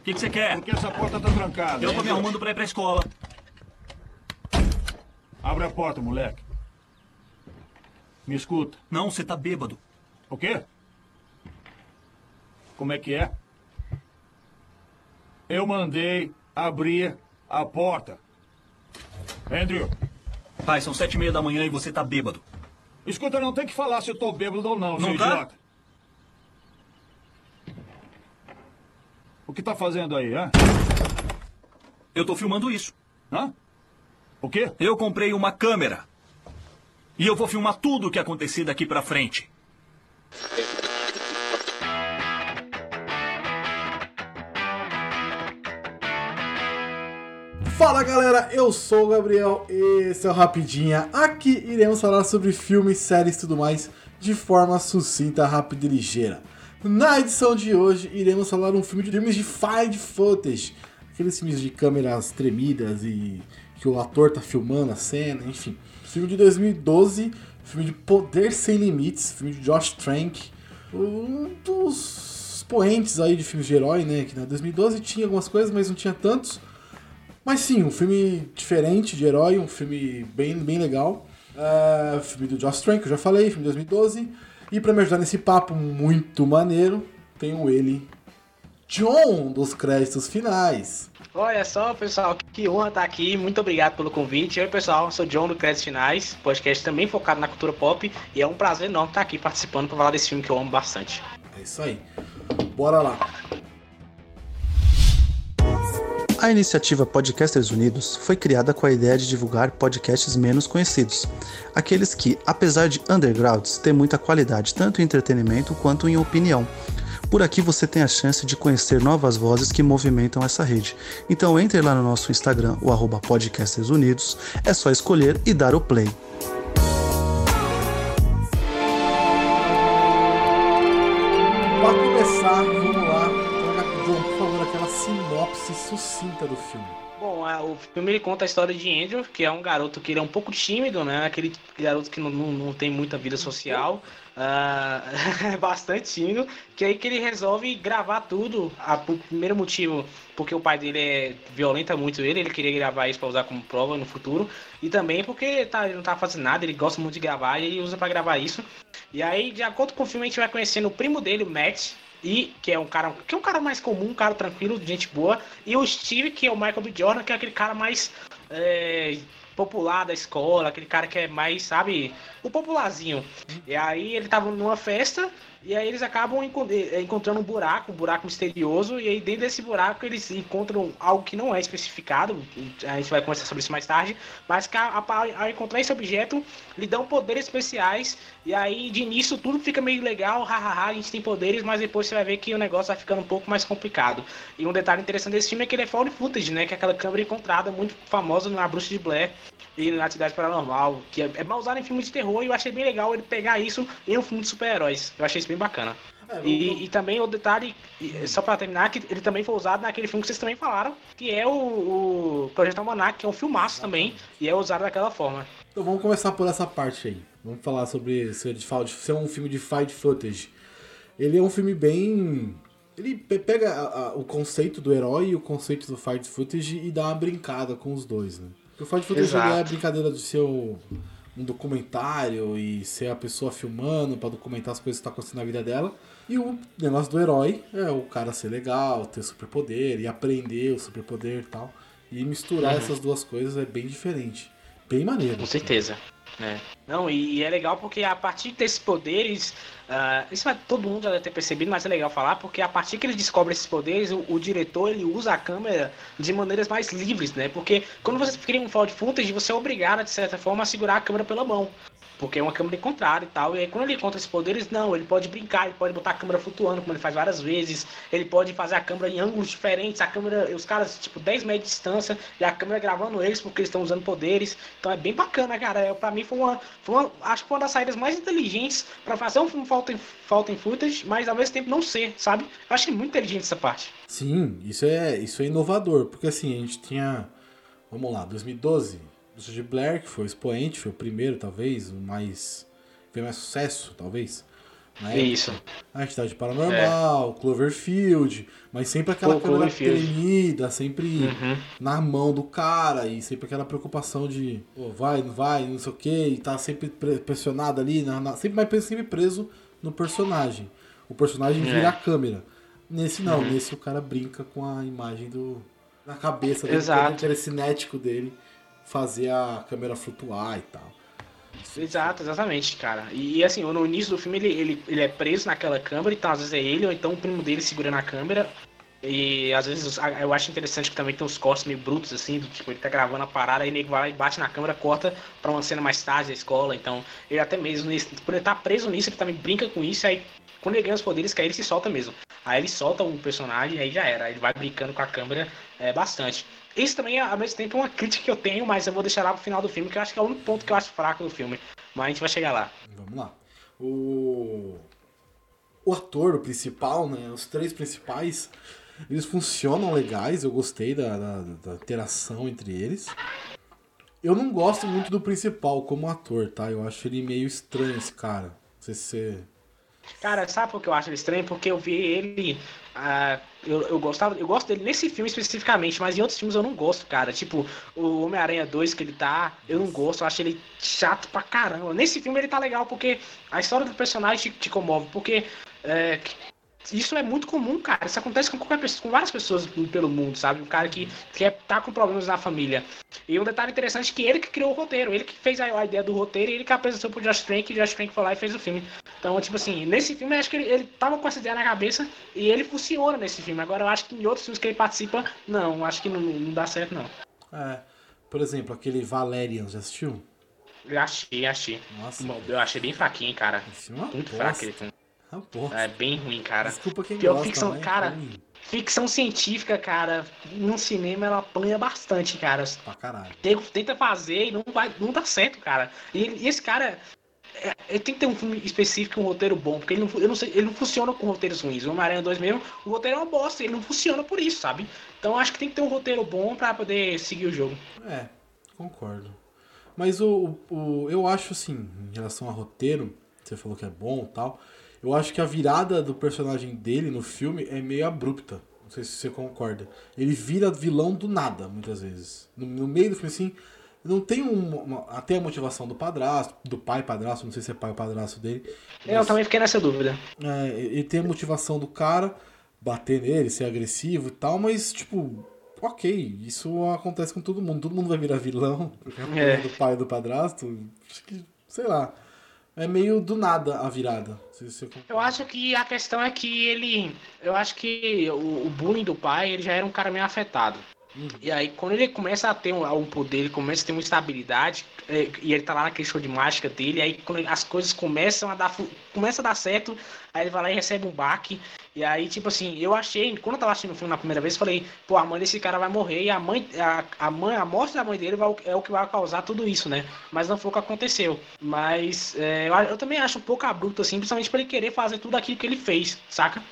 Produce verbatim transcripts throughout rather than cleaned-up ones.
O que, que você quer? Porque essa porta tá trancada. Eu hein, tô me Josh? arrumando pra ir pra escola. Abre a porta, moleque. Me escuta. Não, você tá bêbado. O quê? Como é que é? Eu mandei abrir a porta. Andrew. Pai, são sete e meia da manhã e você tá bêbado. Escuta, não tem que falar se eu tô bêbado ou não, Não seu tá? idiota. O que tá fazendo aí, hã? Eu tô filmando isso. Hã? O quê? Eu comprei uma câmera. E eu vou filmar tudo o que acontecer daqui pra frente. Fala galera, eu sou o Gabriel, esse é o Rapidinha. Aqui iremos falar sobre filmes, séries e tudo mais de forma sucinta, rápida e ligeira. Na edição de hoje iremos falar um filme de filmes de found footage, aqueles filmes de câmeras tremidas e que o ator tá filmando a cena, enfim. Filme de dois mil e doze, filme de Poder Sem Limites, filme de Josh Trank, um dos expoentes aí de filmes de herói, né? Que na dois mil e doze tinha algumas coisas, mas não tinha tantos. Mas sim, um filme diferente de herói, um filme bem, bem legal. Uh, filme do Josh Trank, que eu já falei, filme de dois mil e doze. E pra me ajudar nesse papo muito maneiro, tenho ele, John, dos créditos finais. Olha só, pessoal, que honra estar aqui. Muito obrigado pelo convite. Oi, pessoal, eu sou o John do Créditos Finais, podcast também focado na cultura pop. E é um prazer enorme estar aqui participando para falar desse filme que eu amo bastante. É isso aí. Bora lá. A iniciativa Podcasters Unidos foi criada com a ideia de divulgar podcasts menos conhecidos, aqueles que, apesar de undergrounds, têm muita qualidade tanto em entretenimento quanto em opinião. Por aqui você tem a chance de conhecer novas vozes que movimentam essa rede. Então entre lá no nosso Instagram, o arroba Podcasters Unidos, é só escolher e dar o play. Para começar, vamos lá. John, por favor, aquela sinopse sucinta do filme. Bom, o filme ele conta a história de Andrew, que é um garoto que ele é um pouco tímido, né? Aquele garoto que não, não, não tem muita vida social, uh, bastante tímido, que aí que ele resolve gravar tudo. A, o primeiro motivo, porque o pai dele é, violenta muito ele, ele queria gravar isso para usar como prova no futuro, e também porque tá, ele não tá fazendo nada, ele gosta muito de gravar e ele usa para gravar isso. E aí, de acordo com o filme, a gente vai conhecendo o primo dele, o Matt, e que é um cara que é um cara mais comum, um cara tranquilo, de gente boa, e o Steve, que é o Michael B. Jordan, que é aquele cara mais é, popular da escola, aquele cara que é mais, sabe, o popularzinho. E aí ele tava numa festa e aí eles acabam encontrando um buraco, um buraco misterioso, e aí dentro desse buraco eles encontram algo que não é especificado, a gente vai conversar sobre isso mais tarde, mas que ao encontrar esse objeto, lhe dão poderes especiais, e aí de início tudo fica meio legal, hahaha, a gente tem poderes, mas depois você vai ver que o negócio vai ficando um pouco mais complicado. E um detalhe interessante desse filme é que ele é found footage, né, que é aquela câmera encontrada muito famosa na Bruxa de Blair e na Atividade Paranormal, que é, é mal usado em filmes de terror, e eu achei bem legal ele pegar isso em um filme de super-heróis. Eu achei isso bem bacana. É, vamos... e, e também o detalhe, só pra terminar, que ele também foi usado naquele filme que vocês também falaram, que é o, o Projeto Almanac, que é um filmaço também, e é usado daquela forma. Então vamos começar por essa parte aí. Vamos falar sobre ser, de, ser um filme de found footage. Ele é um filme bem... Ele pega a, a, o conceito do herói e o conceito do found footage e dá uma brincada com os dois, né? Porque o found footage é a brincadeira de ser o, um documentário e ser a pessoa filmando pra documentar as coisas que estão acontecendo na vida dela. E o negócio do herói é o cara ser legal, ter superpoder e aprender o superpoder e tal. E misturar uhum. essas duas coisas é bem diferente. Bem maneiro. Com certeza. É. Não, e, e é legal porque a partir desses poderes, uh, isso vai, todo mundo já deve ter percebido, mas é legal falar, porque a partir que ele descobre esses poderes, o, o diretor ele usa a câmera de maneiras mais livres, né? Porque quando você cria um found footage, você é obrigado, de certa forma, a segurar a câmera pela mão. Porque é uma câmera encontrada e tal. E aí quando ele encontra esses poderes, não, ele pode brincar, ele pode botar a câmera flutuando, como ele faz várias vezes. Ele pode fazer a câmera em ângulos diferentes, a câmera, os caras, tipo, dez metros de distância, e a câmera gravando eles porque eles estão usando poderes. Então é bem bacana, cara. É, pra mim foi uma, foi uma. Acho que foi uma das saídas mais inteligentes pra fazer um filme found footage, mas ao mesmo tempo não ser, sabe? Eu achei muito inteligente essa parte. Sim, isso é, isso é inovador. Porque assim, a gente tinha. Vamos lá, dois mil e doze. Bruxa de Blair, que foi o expoente, foi o primeiro, talvez, o mais... fez mais sucesso, talvez. né? Isso. A Atividade Paranormal, é. Cloverfield, mas sempre aquela Pô, câmera Cloverfield. tremida, sempre Uhum. na mão do cara, e sempre aquela preocupação de pô, vai, não vai, não sei o que, e tá sempre pressionado ali, na, na, sempre, mas sempre preso no personagem. O personagem vira É. a câmera. Nesse não, Uhum. nesse o cara brinca com a imagem do na cabeça dele, Exato. o telecinético dele fazer a câmera flutuar e tal. Exato, exatamente, cara. E, e, assim, no início do filme ele, ele, ele é preso naquela câmera, então às vezes é ele, ou então o primo dele segurando a câmera. E às vezes eu acho interessante que também tem uns cortes meio brutos, assim, do tipo, ele tá gravando a parada, aí ele vai lá e bate na câmera, corta pra uma cena mais tarde da escola. Então, ele até mesmo, por ele estar preso nisso, ele também brinca com isso, aí quando ele ganha os poderes, que aí ele se solta mesmo. Aí ele solta o personagem, aí já era. Aí ele vai brincando com a câmera é, bastante. Isso também, ao mesmo tempo, é uma crítica que eu tenho, mas eu vou deixar lá pro final do filme, que eu acho que é o único ponto que eu acho fraco do filme. Mas a gente vai chegar lá. Vamos lá. O, o ator, o principal, né? Os três principais, eles funcionam legais. Eu gostei da, da, da interação entre eles. Eu não gosto muito do principal como ator, tá? Eu acho ele meio estranho, esse cara. Não sei se você... Cara, sabe por que eu acho ele estranho? Porque eu vi ele. Uh, eu, eu, gostava, eu gosto dele nesse filme especificamente, mas em outros filmes eu não gosto, cara. Tipo, o Homem-Aranha dois que ele tá, eu não gosto, eu acho ele chato pra caramba. Nesse filme ele tá legal porque a história do personagem te, te comove, porque. É, isso é muito comum, cara. Isso acontece com, qualquer pessoa, com várias pessoas pelo mundo, sabe? Um cara que, que é, tá com problemas na família. E um detalhe interessante é que ele que criou o roteiro, ele que fez a, a ideia do roteiro e ele que apresentou pro Josh Trank, e o Josh Trank foi lá e fez o filme. Então, tipo assim, nesse filme eu acho que ele, ele tava com essa ideia na cabeça e ele funciona nesse filme. Agora eu acho que em outros filmes que ele participa, não, acho que não, não dá certo, não. É, por exemplo, aquele Valerian, já assistiu? Eu achei, achei. Nossa. Eu achei bem fraquinho, cara. Esse é uma Muito bosta. fraco aquele filme. Ah, porra. É bem ruim, cara. Desculpa quem Pior gosta, ficção, mas é cara, ruim ficção científica, cara, no cinema ela apanha bastante, cara. pra caralho. Nego tenta fazer e não vai, não dá certo, cara. E, ele- e esse cara, é, ele tem que ter um filme específico, um roteiro bom, porque ele não, eu não sei, ele não funciona com roteiros ruins. O Homem-Aranha dois mesmo, o roteiro é uma bosta, ele não funciona por isso, sabe? Então eu acho que tem que ter um roteiro bom pra poder seguir o jogo. É, concordo. Mas o, o, eu acho assim, em relação a roteiro, você falou que é bom e tal, eu acho que a virada do personagem dele no filme é meio abrupta. Não sei se você concorda. Ele vira vilão do nada, muitas vezes. No, no meio do filme, assim, não tem um, uma, até a motivação do padrasto, do pai padrasto, não sei se é pai ou padrasto dele. Eu mas, também fiquei nessa dúvida. é, ele tem a motivação do cara bater nele, ser agressivo e tal, mas, tipo, ok, isso acontece com todo mundo. Todo mundo vai virar vilão, porque é É. do pai ou do padrasto. Acho que, sei lá, é meio do nada a virada. Não sei se você concorda. Eu acho que a questão é que ele. Eu acho que o, o bullying do pai, ele já era um cara meio afetado. E aí, quando ele começa a ter um, um poder, ele começa a ter uma estabilidade, é, e ele tá lá naquele show de mágica dele, aí quando ele- as coisas começam a dar fu- começa a dar certo, aí ele vai lá e recebe um baque. E aí, tipo assim, eu achei, quando eu tava assistindo o filme na primeira vez, eu falei, pô, a mãe desse cara vai morrer, e a mãe, a, a mãe, a morte da mãe dele vai, é o que vai causar tudo isso, né? Mas não foi o que aconteceu. Mas é, eu, eu também acho um pouco abrupto, assim, principalmente pra ele querer fazer tudo aquilo que ele fez, saca?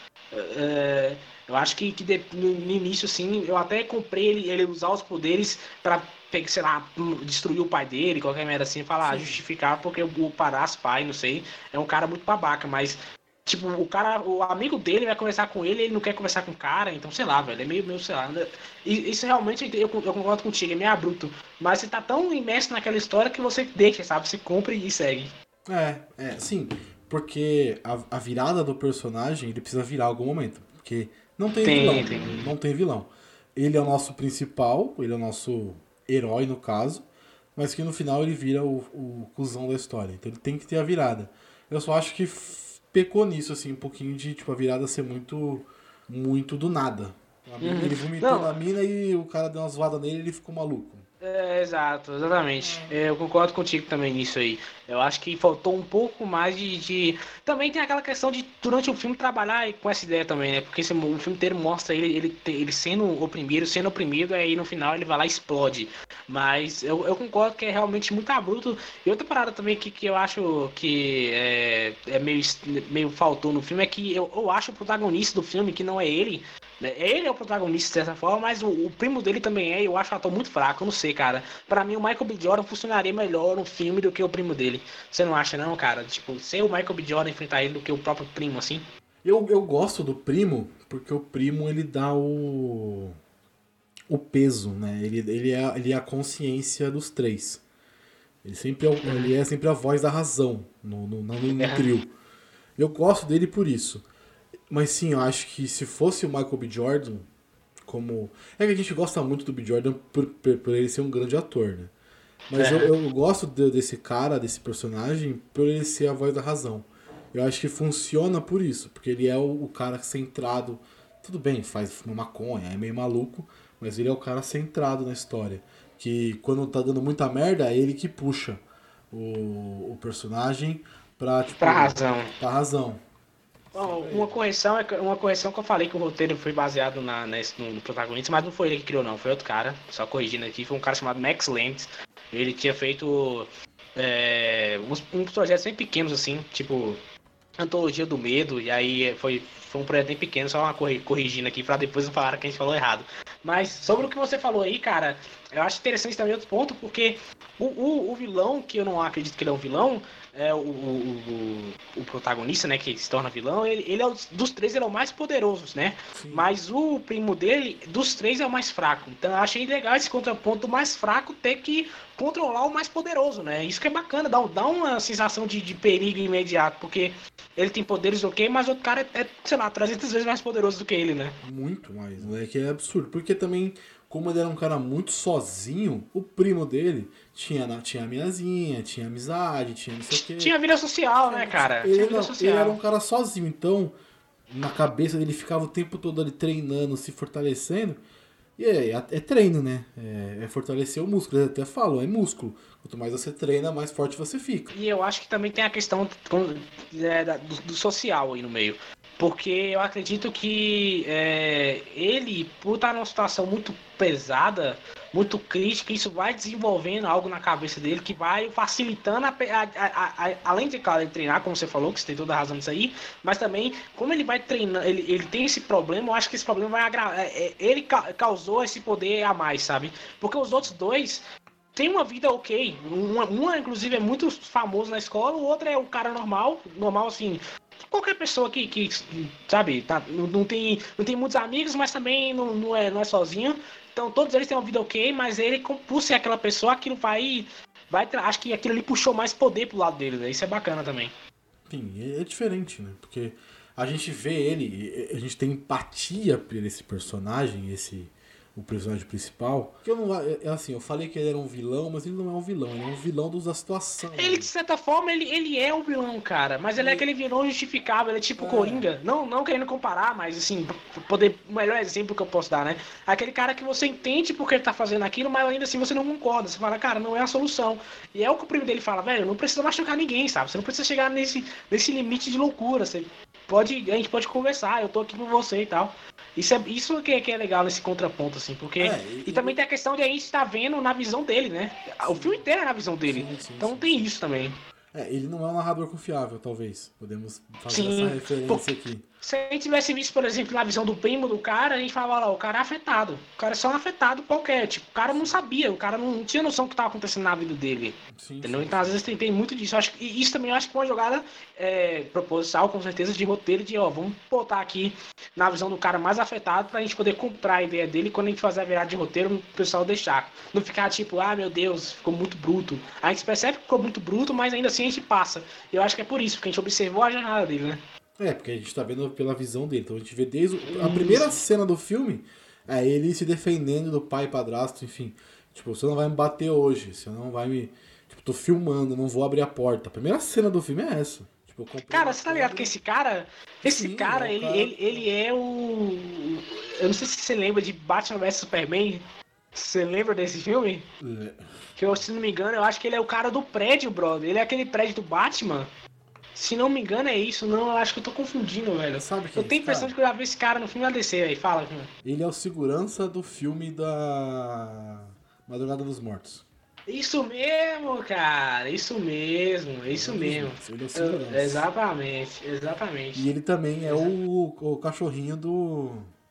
É, eu acho que, que de- no, no início, assim, eu até comprei ele, ele usar os poderes pra, pe- sei lá, hum, destruir o pai dele, qualquer merda assim, falar, justificar porque o, o padrasto, pai, não sei, é um cara muito babaca, mas, tipo, o cara, o amigo dele vai conversar com ele, ele não quer conversar com o cara, então, sei lá, velho, é meio, meio sei lá, anda- e isso realmente, eu, eu concordo contigo, é meio abrupto, mas você tá tão imerso naquela história que você deixa, sabe, você compra e segue. É, é, sim, porque a, a virada do personagem, ele precisa virar em algum momento, porque não tem, Tem, vilão, tem. não tem vilão. Ele é o nosso principal, ele é o nosso herói no caso, mas que no final ele vira o, o cuzão da história, então ele tem que ter a virada. Eu só acho que f- pecou nisso, assim, um pouquinho de, tipo, a virada ser muito, muito do nada. A mina- Ele vomitou Não. na mina e o cara deu uma zoada nele e ele ficou maluco. É, exato, exatamente. É, eu concordo contigo também nisso aí. Eu acho que faltou um pouco mais de, de- Também tem aquela questão de, durante o filme, trabalhar com essa ideia também, né? Porque esse, o filme inteiro mostra ele, ele, te- ele sendo oprimido, sendo oprimido, aí no final ele vai lá e explode. Mas eu, eu concordo que é realmente muito abrupto. E outra parada também que, que eu acho que é, é meio, meio faltou no filme é que eu, eu acho o protagonista do filme, que não é ele, né? Ele é o protagonista de certa forma, mas o, o primo dele também é, e eu acho o ator muito fraco, eu não sei, cara. Pra mim o Michael B. Jordan funcionaria melhor no filme do que o primo dele. Você não acha não, cara? Tipo, ser o Michael B. Jordan enfrentar ele do que o próprio primo, assim? Eu, eu gosto do primo, porque o primo ele dá o. o peso, né? Ele, ele, é, ele é a consciência dos três. Ele, sempre é, ele é sempre a voz da razão no, no, no, no trio. Eu gosto dele por isso. Mas sim, eu acho que se fosse o Michael B. Jordan, como. É que a gente gosta muito do B. Jordan por, por, por ele ser um grande ator, né? Mas é. eu, eu gosto de, desse cara, desse personagem, por ele ser a voz da razão. Eu acho que funciona por isso, porque ele é o, o cara centrado. Tudo bem, faz uma maconha, é meio maluco, mas ele é o cara centrado na história. Que quando tá dando muita merda, é ele que puxa o, o personagem pra, tipo, pra razão. Pra razão. Bom, uma correção é uma correção que eu falei que o roteiro foi baseado na, nesse, no, no protagonista, mas não foi ele que criou, não. Foi outro cara. Só corrigindo aqui, foi um cara chamado Max Landis. Ele tinha feito é, uns, uns projetos bem pequenos, assim, tipo Antologia do Medo, e aí foi, foi um projeto bem pequeno, só uma corrigindo aqui pra depois não falar que a gente falou errado. Mas sobre o que você falou aí, cara, eu acho interessante também outro ponto, porque o, o, o vilão, que eu não acredito que ele é um vilão, é o, o, o, o protagonista, né, que se torna vilão, ele, ele é o, dos três ele é o mais poderoso, né? Sim. Mas o primo dele, dos três, é o mais fraco. Então eu achei legal esse contraponto do mais fraco ter que controlar o mais poderoso, né? Isso que é bacana, dá, dá uma sensação de, de perigo imediato, porque ele tem poderes ok, mas o outro cara é, é, sei lá, trezentas vezes mais poderoso do que ele, né? Muito mais, né? Que é absurdo, porque também, como ele era um cara muito sozinho, o primo dele tinha, tinha a minazinha, tinha amizade, tinha não sei o quê. Tinha vida social, né, cara? Ele, tinha vida não, social. Ele era um cara sozinho, então na cabeça dele ficava o tempo todo ali treinando, se fortalecendo. E é, é, é treino, né? É, é fortalecer o músculo. Eles até falam, é músculo. Quanto mais você treina, mais forte você fica. E eu acho que também tem a questão é, do, do social aí no meio. Porque eu acredito que é, ele, por estar numa situação muito pesada, muito crítica, isso vai desenvolvendo algo na cabeça dele que vai facilitando, a, a, a, a, além de, claro, ele treinar, como você falou, que você tem toda a razão nisso aí, mas também, como ele vai treinando, ele, ele tem esse problema, eu acho que esse problema vai agravar. É, ele ca, causou esse poder a mais, sabe? Porque os outros dois tem uma vida ok. Uma, uma, inclusive, é muito famoso na escola, o outro é um cara normal, normal assim. Qualquer pessoa que, que sabe, tá, não, não, tem, não tem muitos amigos, mas também não, não, é, não é sozinho. Então, todos eles têm uma vida ok, mas ele, por ser aquela pessoa, aquilo vai, vai... Acho que aquilo ali puxou mais poder pro lado dele, né? Isso é bacana também. Sim, é diferente, né? Porque a gente vê ele, a gente tem empatia por esse personagem, esse... o personagem principal. Que eu não, é assim, eu falei que ele era um vilão, mas ele não é um vilão, ele é um vilão da situação. Ele, de certa forma, ele, ele é um vilão, cara, mas ele, ele é aquele vilão justificável, ele é tipo é. Coringa. Não, não querendo comparar, mas assim, poder, o melhor exemplo que eu posso dar, né? Aquele cara que você entende porque ele tá fazendo aquilo, mas ainda assim você não concorda. Você fala, cara, não é a solução. E é o que o primo dele fala, velho, não precisa machucar ninguém, sabe? Você não precisa chegar nesse, nesse limite de loucura. Você pode, a gente pode conversar, eu tô aqui com você e tal. Isso é isso que é, que é legal nesse contraponto, assim, porque... É, e, e também tem a questão de a gente estar vendo na visão dele, né? O filme inteiro é na visão dele. Sim, sim, então sim, tem sim. isso também. É, ele não é um narrador confiável, talvez. Podemos fazer sim, essa referência por... aqui. Se a gente tivesse visto, por exemplo, na visão do primo do cara, a gente falava lá, o cara é afetado. O cara é só um afetado qualquer. Tipo, o cara não sabia, o cara não tinha noção do que estava acontecendo na vida dele. Sim, entendeu? Sim, então, sim. Às vezes, tem, tem muito disso. Eu acho que, e isso também eu acho que é uma jogada é, proposital, com certeza, de roteiro, de, ó, vamos botar aqui na visão do cara mais afetado pra gente poder comprar a ideia dele quando a gente fazer a virada de roteiro, o pessoal deixar. Não ficar tipo, ah, meu Deus, ficou muito bruto. A gente percebe que ficou muito bruto, mas ainda assim a gente passa. E eu acho que é por isso, porque a gente observou a jornada dele, né? É, porque a gente tá vendo pela visão dele. Então a gente vê desde o, a primeira cena do filme é ele se defendendo do pai e padrasto, enfim. Tipo, você não vai me bater hoje, você não vai me... Tipo, tô filmando, não vou abrir a porta. A primeira cena do filme é essa. Tipo, cara, você tá ligado que esse cara... Esse Sim, cara, é ele, cara... Ele, ele é o... Eu não sei se você lembra de Batman versus Superman. Você lembra desse filme? É. Que eu, se não me engano, eu acho que ele é o cara do prédio, brother. Ele é aquele prédio do Batman... Se não me engano é isso, não, eu acho que eu tô confundindo, velho. Sabe eu tenho a impressão de que eu já vi esse cara no filme da D C aí, fala. Ele é o segurança do filme da Madrugada dos Mortos. Isso mesmo, cara, isso mesmo, isso mesmo. Ele é o segurança. Eu, exatamente, exatamente. E ele também é o, o cachorrinho do...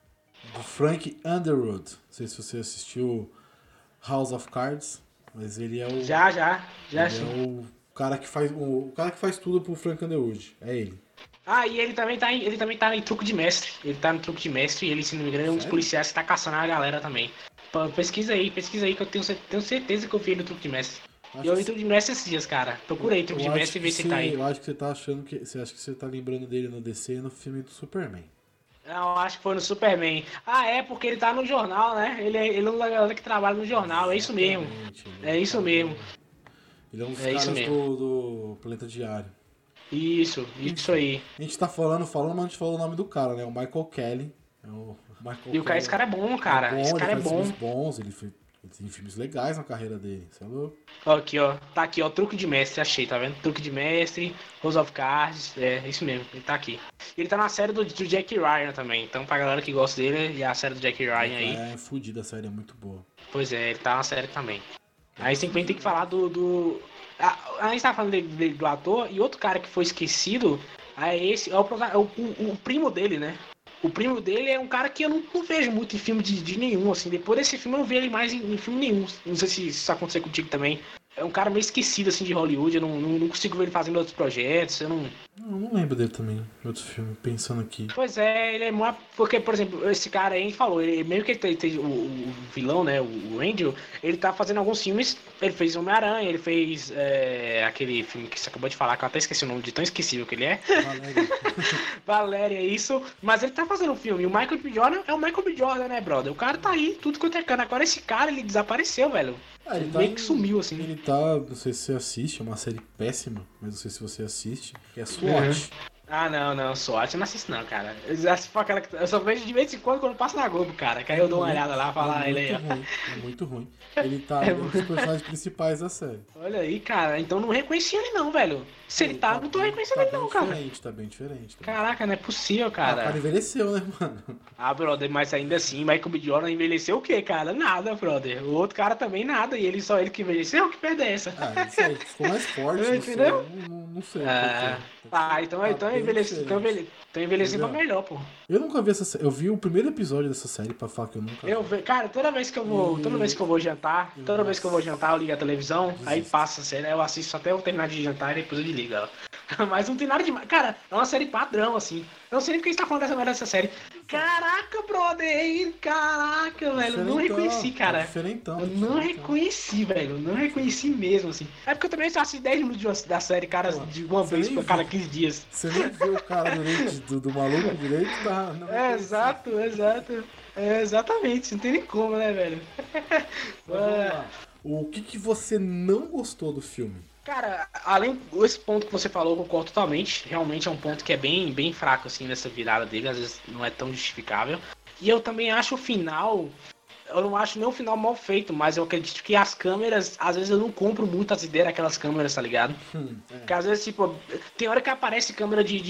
do Frank Underwood. Não sei se você assistiu House of Cards, mas ele é o... Já, já, já ele sim. é o cara que faz, o, o cara que faz tudo pro Frank Underwood. É ele. Ah, e ele também, tá em, ele também tá em Truque de Mestre. Ele tá no Truque de Mestre e ele, se não me engano, é um dos Sério? policiais que tá caçando a galera também. Pô, pesquisa aí, pesquisa aí que eu tenho, cer- tenho certeza que eu vi ele no Truque de Mestre. Acho E eu que vi Truque de Mestre esses dias, cara. Procurei Truque de Eu acho Mestre e que vê se tá aí. Eu acho que você tá achando que... Você acha que você tá lembrando dele no D C no filme do Superman. Não, acho que foi no Superman. Ah, é, porque ele tá no jornal, né? Ele é, ele é um da galera que trabalha no jornal, é isso mesmo. Exatamente, ele É isso tá- mesmo. Ele é um dos É isso caras mesmo. do, do Planeta Diário. Isso, isso aí. A gente tá falando, falando, mas a gente falou o nome do cara, né? O Michael Kelly. É o Michael E o cara, Kelly. esse cara é bom, cara. É bom, Esse cara é ele faz bom. filmes bons, ele, fez, ele tem filmes legais na carreira dele. Você é louco? Ó, aqui, ó. Tá aqui, ó. Truque de Mestre, achei, tá vendo? Truque de Mestre, House of Cards. É, isso mesmo, ele tá aqui. Ele tá na série do, do Jack Ryan também. Então, pra galera que gosta dele, e a série do Jack Ryan aí. É fodida, a série é muito boa. Pois é, ele tá na série também. Aí sempre tem que falar do. do... A, a gente tava falando dele- dele- do ator, e outro cara que foi esquecido é esse, é o, prota- é o, o- o primo dele, né? O primo dele é um cara que eu não, não vejo muito em filme de, de nenhum, assim. Depois desse filme eu não vi ele mais em, em filme nenhum. Não sei se isso aconteceu contigo também. É um cara meio esquecido, assim, de Hollywood. Eu não, não, não consigo ver ele fazendo outros projetos. Eu não... Não, não lembro dele também, em outros filmes, pensando aqui. Pois é, ele é mó... Porque, por exemplo, esse cara aí falou, ele, meio que ele tem, tem o, o vilão, né, o, o Andrew, ele tá fazendo alguns filmes, ele fez Homem-Aranha, ele fez é, aquele filme que você acabou de falar, que eu até esqueci o nome de tão esquecível que ele é. Valéria. Valéria, isso. Mas ele tá fazendo um filme, o Michael B. Jordan é o Michael B. Jordan, né, brother? O cara tá aí, tudo quanto é cana. Agora esse cara, ele desapareceu, velho. Ah, ele Ele tá meio em- que sumiu, assim. Ele tá, não sei se você assiste, é uma série péssima, mas não sei se você assiste, que é SWAT. Ah, não, não, SWAT eu não assisto não, cara. Eu, já assisto aquela que- eu só vejo de vez em quando quando passa na Globo, cara. Que aí eu dou uma olhada lá e falo, ah, é ele muito aí, ó. ruim, é muito ruim. Ele tá É é um dos personagens principais da série. Olha aí, cara. Então não reconheci ele não, velho. Se ele tá, não tô reconhecendo tá ele não, bem cara. diferente, tá bem diferente. Tá bem- Caraca, não é possível, Ah, o cara cara. envelheceu, né, mano? Ah, brother, mas ainda assim, Michael B. Jordan envelheceu o quê, cara? Nada, brother. O outro cara também nada. E ele só ele que envelheceu, que perde essa. Ah, não sei, ficou mais forte, não sei, Entendeu? não, não- não sei. Ah, porquê. ah, então, Tá então bem envelheceu. Então diferente. envelhe- então envelheceu pra Entendeu? melhor, pô. Eu nunca vi essa série, eu vi o primeiro episódio dessa série pra falar que eu nunca Eu, vi. ve- cara, toda vez que eu vou, toda vez que eu vou jantar, toda vez que eu vou jantar, eu ligo a televisão, aí passa a série, aí eu assisto até eu terminar de jantar e depois eu desligo ela. Mas não tem nada demais. Cara, é uma série padrão, assim. Eu não sei nem porque a gente tá falando dessa merda dessa série. Caraca, brother! Caraca, velho. Eu não Diferentão, reconheci, tá cara. diferentão, Eu tá não diferentão. reconheci, velho. Eu não reconheci mesmo, assim. É porque eu também só assisti dez minutos de uma- da série, cara, Pô, de uma você vez nem por viu. cada quinze dias. Você nem viu o cara direito, do, do maluco direito, tá? Não É, reconheci. exato, exato. É, exatamente. Não tem nem como, né, velho? Mas vamos lá. O que, que você não gostou do filme? Cara, além desse ponto que você falou, eu concordo totalmente. Realmente é um ponto que é bem, bem fraco, assim, nessa virada dele. Às vezes não é tão justificável. E eu também acho o final... Eu não acho nem o final mal feito, mas eu acredito que as câmeras... Às vezes eu não compro muito as ideias daquelas câmeras, tá ligado? Hum, é. Porque às vezes, tipo... Tem hora que aparece câmera de...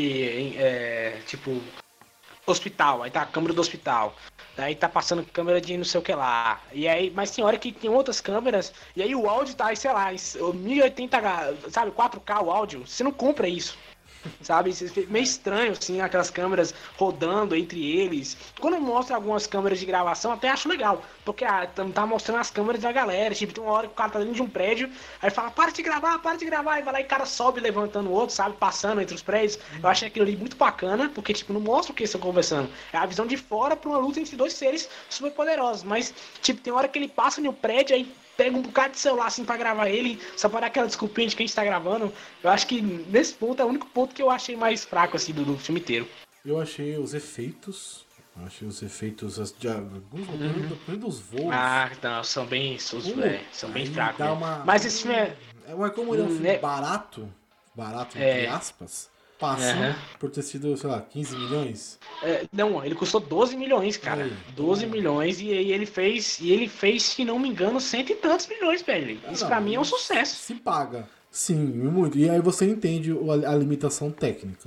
de é, tipo... Hospital. Aí tá a câmera do hospital. Daí tá passando câmera de não sei o que lá. E aí, mas tem hora que tem outras câmeras. E aí o áudio tá, sei lá, em mil e oitenta, sabe, quatro K o áudio. Você não compra isso. Sabe, isso é meio estranho, assim, aquelas câmeras rodando entre eles. Quando mostra algumas câmeras de gravação, até acho legal. Porque ah, tá tá mostrando as câmeras da galera. Tipo, tem uma hora que o cara tá dentro de um prédio, aí fala, para de gravar, para de gravar. E vai lá e o cara sobe levantando o outro, sabe, passando entre os prédios. Eu achei aquilo ali muito bacana, porque, tipo, não mostra o que eles estão conversando. É a visão de fora pra uma luta entre dois seres super poderosos. Mas, tipo, tem hora que ele passa no prédio, aí pega um bocado de celular assim pra gravar ele, só para dar aquela desculpinha de que a gente tá gravando. Eu acho que nesse ponto é o único ponto que eu achei mais fraco assim do, do filme inteiro. Eu achei os efeitos. Eu achei os efeitos as- de alguns uhum. dos voos. Ah, não, são bem, são, Uh, é, são bem aí fracos. dá Né? uma- Mas esse filme é. É, mas como ele é um Hum, filme é- barato, barato É. entre aspas, passa Aham. por ter sido, sei lá, quinze milhões. É, não, ele custou doze milhões, cara. Aí, doze então- milhões e aí ele fez, e ele fez, se não me engano, cento e tantos milhões, velho. Isso Ah, pra não, mim é um isso sucesso. Se paga. Sim, muito. E aí você entende o- a, a limitação técnica.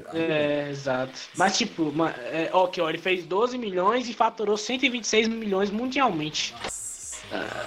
É, exato. Mas tipo, uma, é, ó, aqui, ó, ele fez doze milhões e faturou cento e vinte e seis milhões mundialmente. Nossa.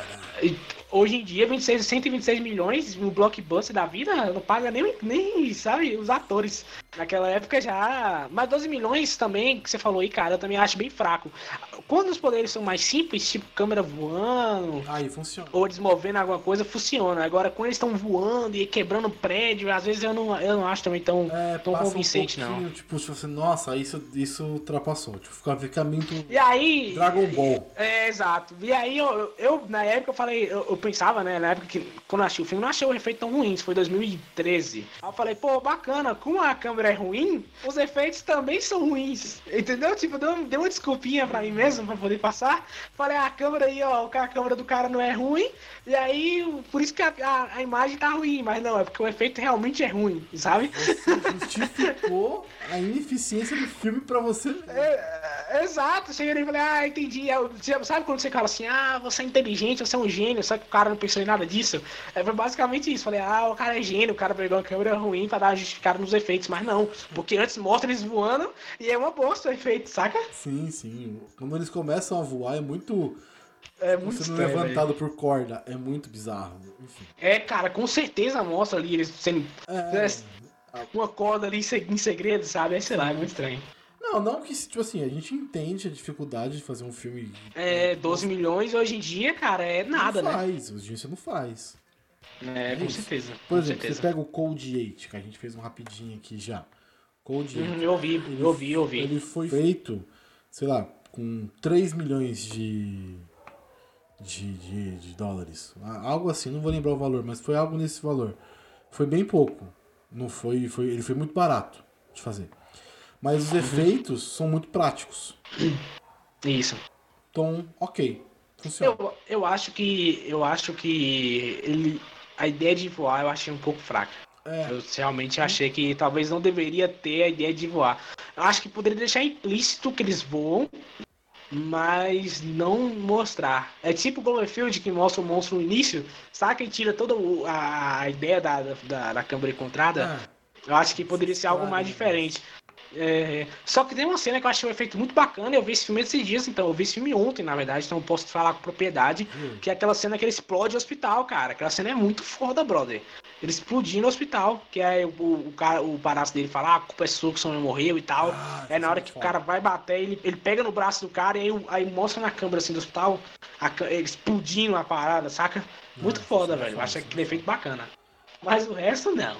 E hoje em dia, vinte e seis, cento e vinte e seis milhões no blockbuster da vida não paga nem, nem, sabe, os atores. Naquela época já. Mas doze milhões também, que você falou aí, cara, eu também acho bem fraco. Quando os poderes são mais simples, tipo câmera voando, Aí funciona. ou eles movendo alguma coisa, funciona. Agora, quando eles estão voando e quebrando prédio, às vezes eu não, eu não acho também tão, É, tão passa convincente, um pouquinho, não. tipo, tipo assim, nossa, isso, isso ultrapassou. Tipo, fica, fica muito E aí. Dragon Ball. É, exato. E aí, eu, eu, eu, na época, eu falei, eu, eu pensava, né, na época que, quando eu achei o filme, não achei o efeito tão ruim, isso foi dois mil e treze. Aí eu falei, pô, bacana, como a câmera é ruim, os efeitos também são ruins, entendeu? Tipo, deu, deu uma desculpinha pra mim mesmo, pra poder passar. Falei, ah, a câmera aí, ó, a câmera do cara não é ruim, e aí, por isso que a, a, a imagem tá ruim, mas não, é porque o efeito realmente é ruim, sabe? Você justificou a ineficiência do filme pra você mesmo. É, é, exato, cheguei e falei, ah, entendi. Eu, sabe quando você fala assim, ah, você é inteligente, você é um gênio, só que o cara não pensou em nada disso? É, foi basicamente isso. Falei, ah, o cara é gênio, o cara pegou uma câmera ruim pra dar uma justificada nos efeitos, mas não, porque antes mostra eles voando e é uma bosta o efeito, saca? Sim, sim. Quando eles começam a voar é muito. É muito sendo estranho, levantado por corda. É muito bizarro. Enfim. É, cara, com certeza mostra ali eles sendo É. uma corda ali em segredo, sabe? É, sei lá, é muito estranho. Não, não que, tipo assim, a gente entende a dificuldade de fazer um filme. É, doze milhões hoje em dia, cara, é nada, não né? faz, hoje em dia você não faz. É, com isso. certeza. Por com exemplo, certeza. você pega o Code oito, que a gente fez um rapidinho aqui já. Code oito. Hum, eu ouvi, ele, eu ouvi, eu ouvi. Ele foi feito, sei lá, com três milhões de, de, de, de dólares. Algo assim, não vou lembrar o valor, mas foi algo nesse valor. Foi bem pouco. Não foi, foi, ele foi muito barato de fazer. Mas os efeitos são muito práticos. Isso. Então, ok. Funciona. Eu, eu acho que. Eu acho que ele. A ideia de voar eu achei um pouco fraca. É. Eu realmente achei que talvez não deveria ter a ideia de voar. Eu acho que poderia deixar implícito que eles voam, mas não mostrar. É tipo o Cloverfield que mostra o monstro no início, saca? E tira toda o- a, a ideia da, da, da câmera encontrada. Ah, Eu acho que poderia ser algo mais diferente. É, só que tem uma cena que eu achei um efeito muito bacana. Eu vi esse filme esses dias, então. Eu vi esse filme ontem, na verdade, então eu posso falar com propriedade. Hum. Que é aquela cena que ele explode o hospital, cara. Aquela cena é muito foda, brother. Ele explodindo o hospital. Que aí o, o, cara, o padrasto dele fala: ah, a culpa é sua que sua mãe morreu e tal. Ah, é na hora essa que é o cara foda. vai bater, ele, ele pega no braço do cara e aí, aí mostra na câmera assim do hospital a, cã- ele explodindo a parada, saca? Muito Nossa, foda, isso é velho. Eu foda, achei isso é aquele efeito bacana. Mas o resto não.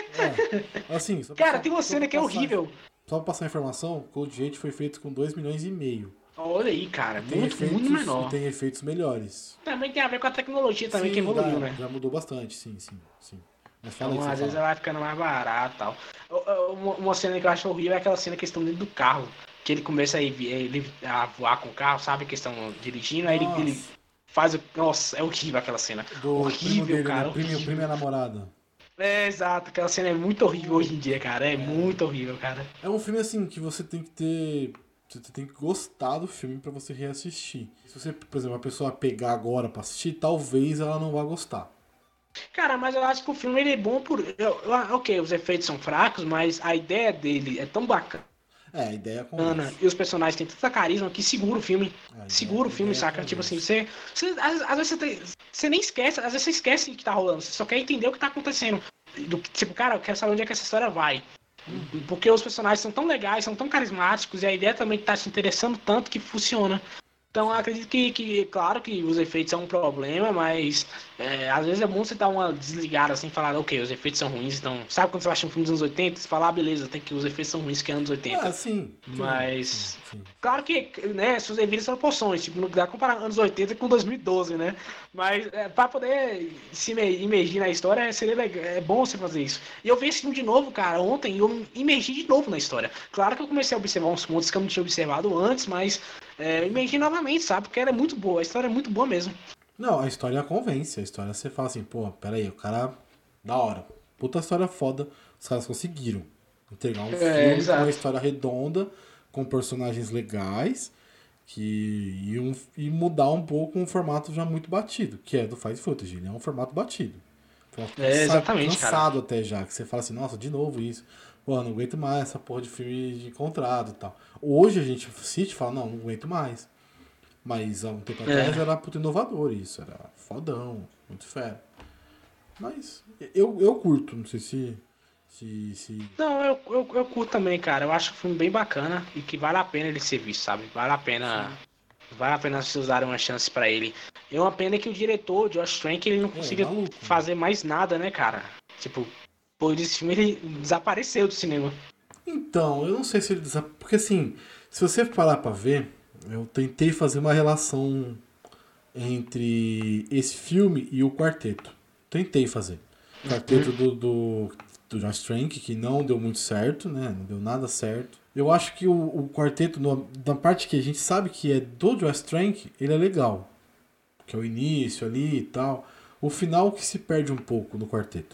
É. Assim, só pra- Cara, só- tem uma só cena pra que é passar- horrível. Só pra passar a informação, o Code oito foi feito com dois milhões e meio. Olha aí, cara, Tem muito, efeitos, muito menor. e tem efeitos melhores. Também tem a ver com a tecnologia também Sim, que evoluiu, dá- né? Já mudou bastante, sim, sim, sim. Mas fala Então, aí, às você vezes fala. ela vai ficando mais barata e tal. Uma, uma cena que eu acho horrível é aquela cena que eles estão dentro do carro. Que ele começa a, ir- ele, a voar com o carro, sabe? Que eles estão dirigindo, aí ele, Nossa. ele faz o. Nossa, é horrível aquela cena. Do primo horrível, dele, cara. né? Primo, horrível. primo e a namorada. É, exato, aquela cena é muito horrível hoje em dia, cara. É, muito horrível, cara. É um filme assim que você tem que ter. Você tem que gostar do filme pra você reassistir. Se você, por exemplo, uma pessoa pegar agora pra assistir, talvez ela não vá gostar. Cara, mas eu acho que o filme ele é bom por. Eu, eu- ok, os efeitos são fracos, mas a ideia dele é tão bacana. É, a ideia é Ana, convence. e os personagens têm tanta carisma que segura o filme. É, Segura o é, filme, é, saca? é, Tipo é. assim, você. você às, às vezes você, tem- você nem esquece, às vezes você esquece que tá rolando. Você só quer entender o que tá acontecendo. Do, que- tipo, cara, eu quero saber onde é que essa história vai. Porque os personagens são tão legais, são tão carismáticos, e a ideia também tá te interessando tanto que funciona. Então eu acredito que, que claro que os efeitos são um problema, mas é, às vezes é bom você dar uma desligada assim e falar, ok, os efeitos são ruins, então. Sabe quando você acha um filme dos anos oitenta? Você fala, ah, beleza, tem que os efeitos são ruins que é anos oitenta. Ah, sim. sim, Mas- sim, sim. Claro que, né, suas devidas proporções, tipo, não dá pra comparar anos oitenta com dois mil e doze, né? Mas é, pra poder se me- imergir na história, seria legal, é bom você fazer isso. E eu vi esse filme de novo, cara, ontem, e eu me imergi de novo na história. Claro que eu comecei a observar uns pontos que eu não tinha observado antes, mas é, eu imergi novamente, sabe? Porque ela é muito boa, a história é muito boa mesmo. Não, a história convence. A história você fala assim, pô, pera aí, o cara. Da hora. Puta história foda. Os caras conseguiram entregar um É, filme com exato. uma história redonda, com personagens legais, que iam e mudar um pouco um formato já muito batido, que é do Fight Footage. Ele é um formato batido. Formato É, cansa- exatamente, cara. cansado até já, que você fala assim, nossa, de novo isso. Pô, não aguento mais essa porra de filme de encontrado e tal. Hoje a gente assiste e fala, não, não aguento mais. Mas há um tempo É. atrás era puto inovador isso, era fodão, muito fera. Mas eu, eu curto, não sei se, Se, se... Não, eu, eu, eu curto também, cara. Eu acho o filme bem bacana e que vale a pena ele ser visto, sabe? Vale a pena. Sim. Vale a pena vocês usarem uma chance pra ele. É uma pena que o diretor, Josh Trank, ele não é, consiga maluco, fazer mais nada, né, cara? Tipo, por esse filme ele desapareceu do cinema. Então, eu não sei se ele desapareceu. Porque assim, se você parar pra ver, eu tentei fazer uma relação entre esse filme e o Quarteto. Tentei fazer. O Quarteto do, do, do Josh Trank, que não deu muito certo, né? Não deu nada certo. Eu acho que o, o Quarteto, no, na parte que a gente sabe que é do Josh Trank, ele é legal. Que é o início ali e tal. O final que se perde um pouco no Quarteto.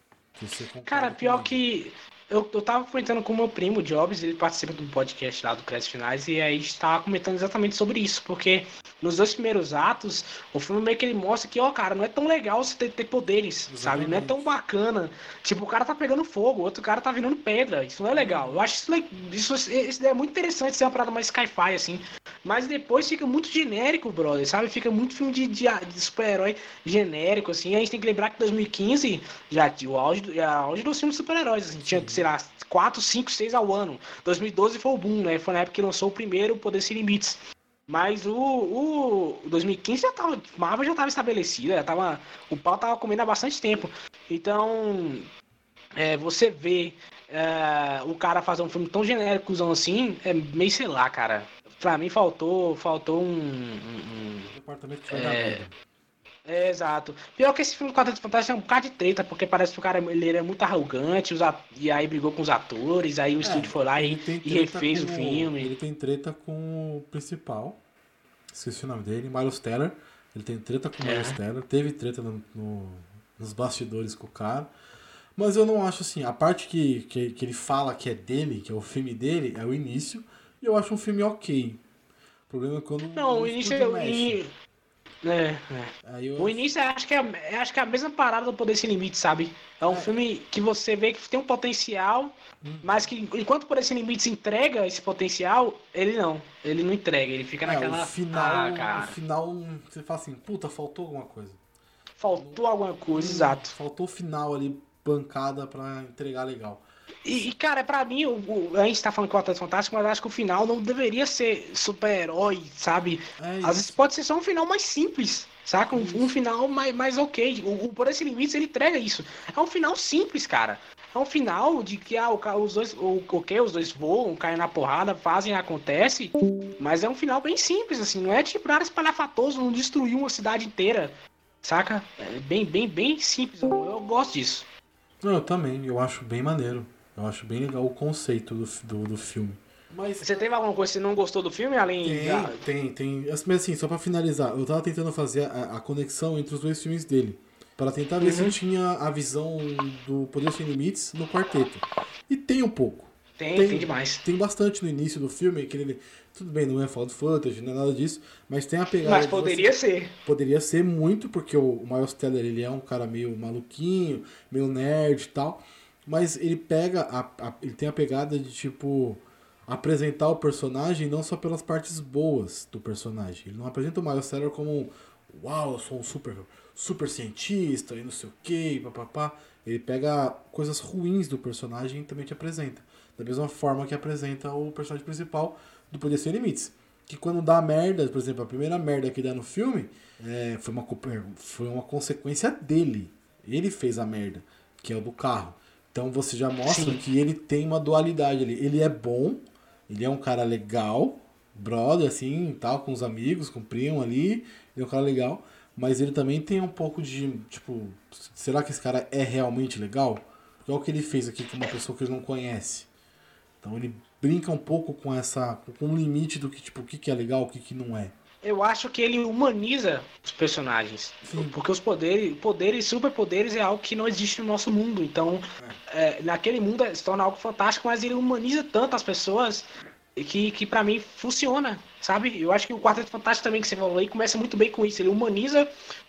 Cara, pior comigo. que... Eu, eu tava comentando com o meu primo, o Jobs, ele participa do podcast lá do Créditos Finais, e aí a gente tava comentando exatamente sobre isso, porque nos dois primeiros atos, o filme meio que ele mostra que, ó, cara, não é tão legal você ter, ter poderes, exatamente. Sabe? Não é tão bacana. Tipo, o cara tá pegando fogo, o outro cara tá virando pedra, isso não é legal. Eu acho isso, isso, isso é muito interessante ser uma parada mais sci-fi, assim, mas depois fica muito genérico, brother, sabe? Fica muito filme de, de, de super-herói genérico, assim, a gente tem que lembrar que em dois mil e quinze já tinha o auge, o auge dos filmes de super-heróis, assim, tinha, sei lá, quatro, cinco, seis ao ano. dois mil e doze foi o boom, né? Foi na época que lançou o primeiro Poder Sem Limites. Mas o, o dois mil e quinze já tava, Marvel já tava estabelecida, já tava, o pau tava comendo há bastante tempo. Então, é, você vê é, o cara fazer um filme tão genérico assim, é meio, sei lá, cara. Pra mim faltou, faltou um... um, um departamento que vai dar merda. É, exato. Pior que esse filme do Quarteto Fantástico é um bocado de treta, porque parece que o cara ele era muito arrogante, os at... e aí brigou com os atores, aí o é, estúdio foi lá e, e refez o filme. Ele tem treta com o principal, esqueci o nome dele, Miles Teller. Ele tem treta com o Miles é. Teller, teve treta no, no, nos bastidores com o cara. Mas eu não acho assim, a parte que, que, que ele fala que é dele, que é o filme dele, é o início, e eu acho um filme ok. O problema é quando não, o início eu, e... É, é. O início eu acho que é, acho que é a mesma parada do Poder Sem Limites, sabe? É um é. filme que você vê que tem um potencial, hum. mas que enquanto o Poder Sem Limites entrega esse potencial, ele não. Ele não entrega, ele fica é, naquela... O final, ah, cara. O final, você fala assim, puta, faltou alguma coisa. Faltou alguma coisa, hum, exato. Faltou o final ali, bancada pra entregar legal. E, e, cara, pra mim, o, o, a gente tá falando que o Quarteto Fantástico, mas eu acho que o final não deveria ser super-herói, sabe? É Às vezes pode ser só um final mais simples, saca? Um, um final mais, mais ok. O, o Por Esse Limite, ele entrega isso. É um final simples, cara. É um final de que ah, o, os dois, o, o que? Os dois voam, caem na porrada, fazem, acontece. Mas é um final bem simples, assim. Não é tipo nada espalhafatoso, não destruir uma cidade inteira, saca? É bem, bem, bem simples. Eu, eu gosto disso. Eu também, eu acho bem maneiro. Eu acho bem legal o conceito do, do, do filme. Mas você teve alguma coisa que você não gostou do filme, além tem, da... Tem, tem. Mas assim, só pra finalizar, eu tava tentando fazer a, a conexão entre os dois filmes dele. Para tentar ver uhum. se eu tinha a visão do Poder Sem Limites no Quarteto. E tem um pouco. Tem, tem, tem demais. Tem bastante no início do filme, que ele... Tudo bem, não é found footage, não é nada disso, mas tem a pegada... Mas poderia você... ser. Poderia ser muito, porque o Miles Teller, ele é um cara meio maluquinho, meio nerd e tal... Mas ele pega, a, a, ele tem a pegada de, tipo, apresentar o personagem não só pelas partes boas do personagem. Ele não apresenta o Miles Teller como, uau, eu sou um super, super cientista e não sei o que, papapá. Ele pega coisas ruins do personagem e também te apresenta. Da mesma forma que apresenta o personagem principal do Poder Sem Limites. Que quando dá merda, por exemplo, a primeira merda que dá no filme, é, foi, uma, foi uma consequência dele. Ele fez a merda, que é o do carro. Então você já mostra Sim. que ele tem uma dualidade ali. Ele é bom, ele é um cara legal, brother, assim, tal, com os amigos, com o primo ali, ele é um cara legal, mas ele também tem um pouco de, tipo, será que esse cara é realmente legal? Porque é o que ele fez aqui com uma pessoa que ele não conhece. Então ele brinca um pouco com essa, com o limite do que, tipo, o que é legal, o que não é. Eu acho que ele humaniza os personagens. Sim. Porque os poderes, poderes, superpoderes é algo que não existe no nosso mundo. Então, é. É, naquele mundo se torna algo fantástico, mas ele humaniza tanto as pessoas que, que pra mim funciona, sabe? Eu acho que o Quarteto Fantástico também, que você falou aí, começa muito bem com isso. Ele humaniza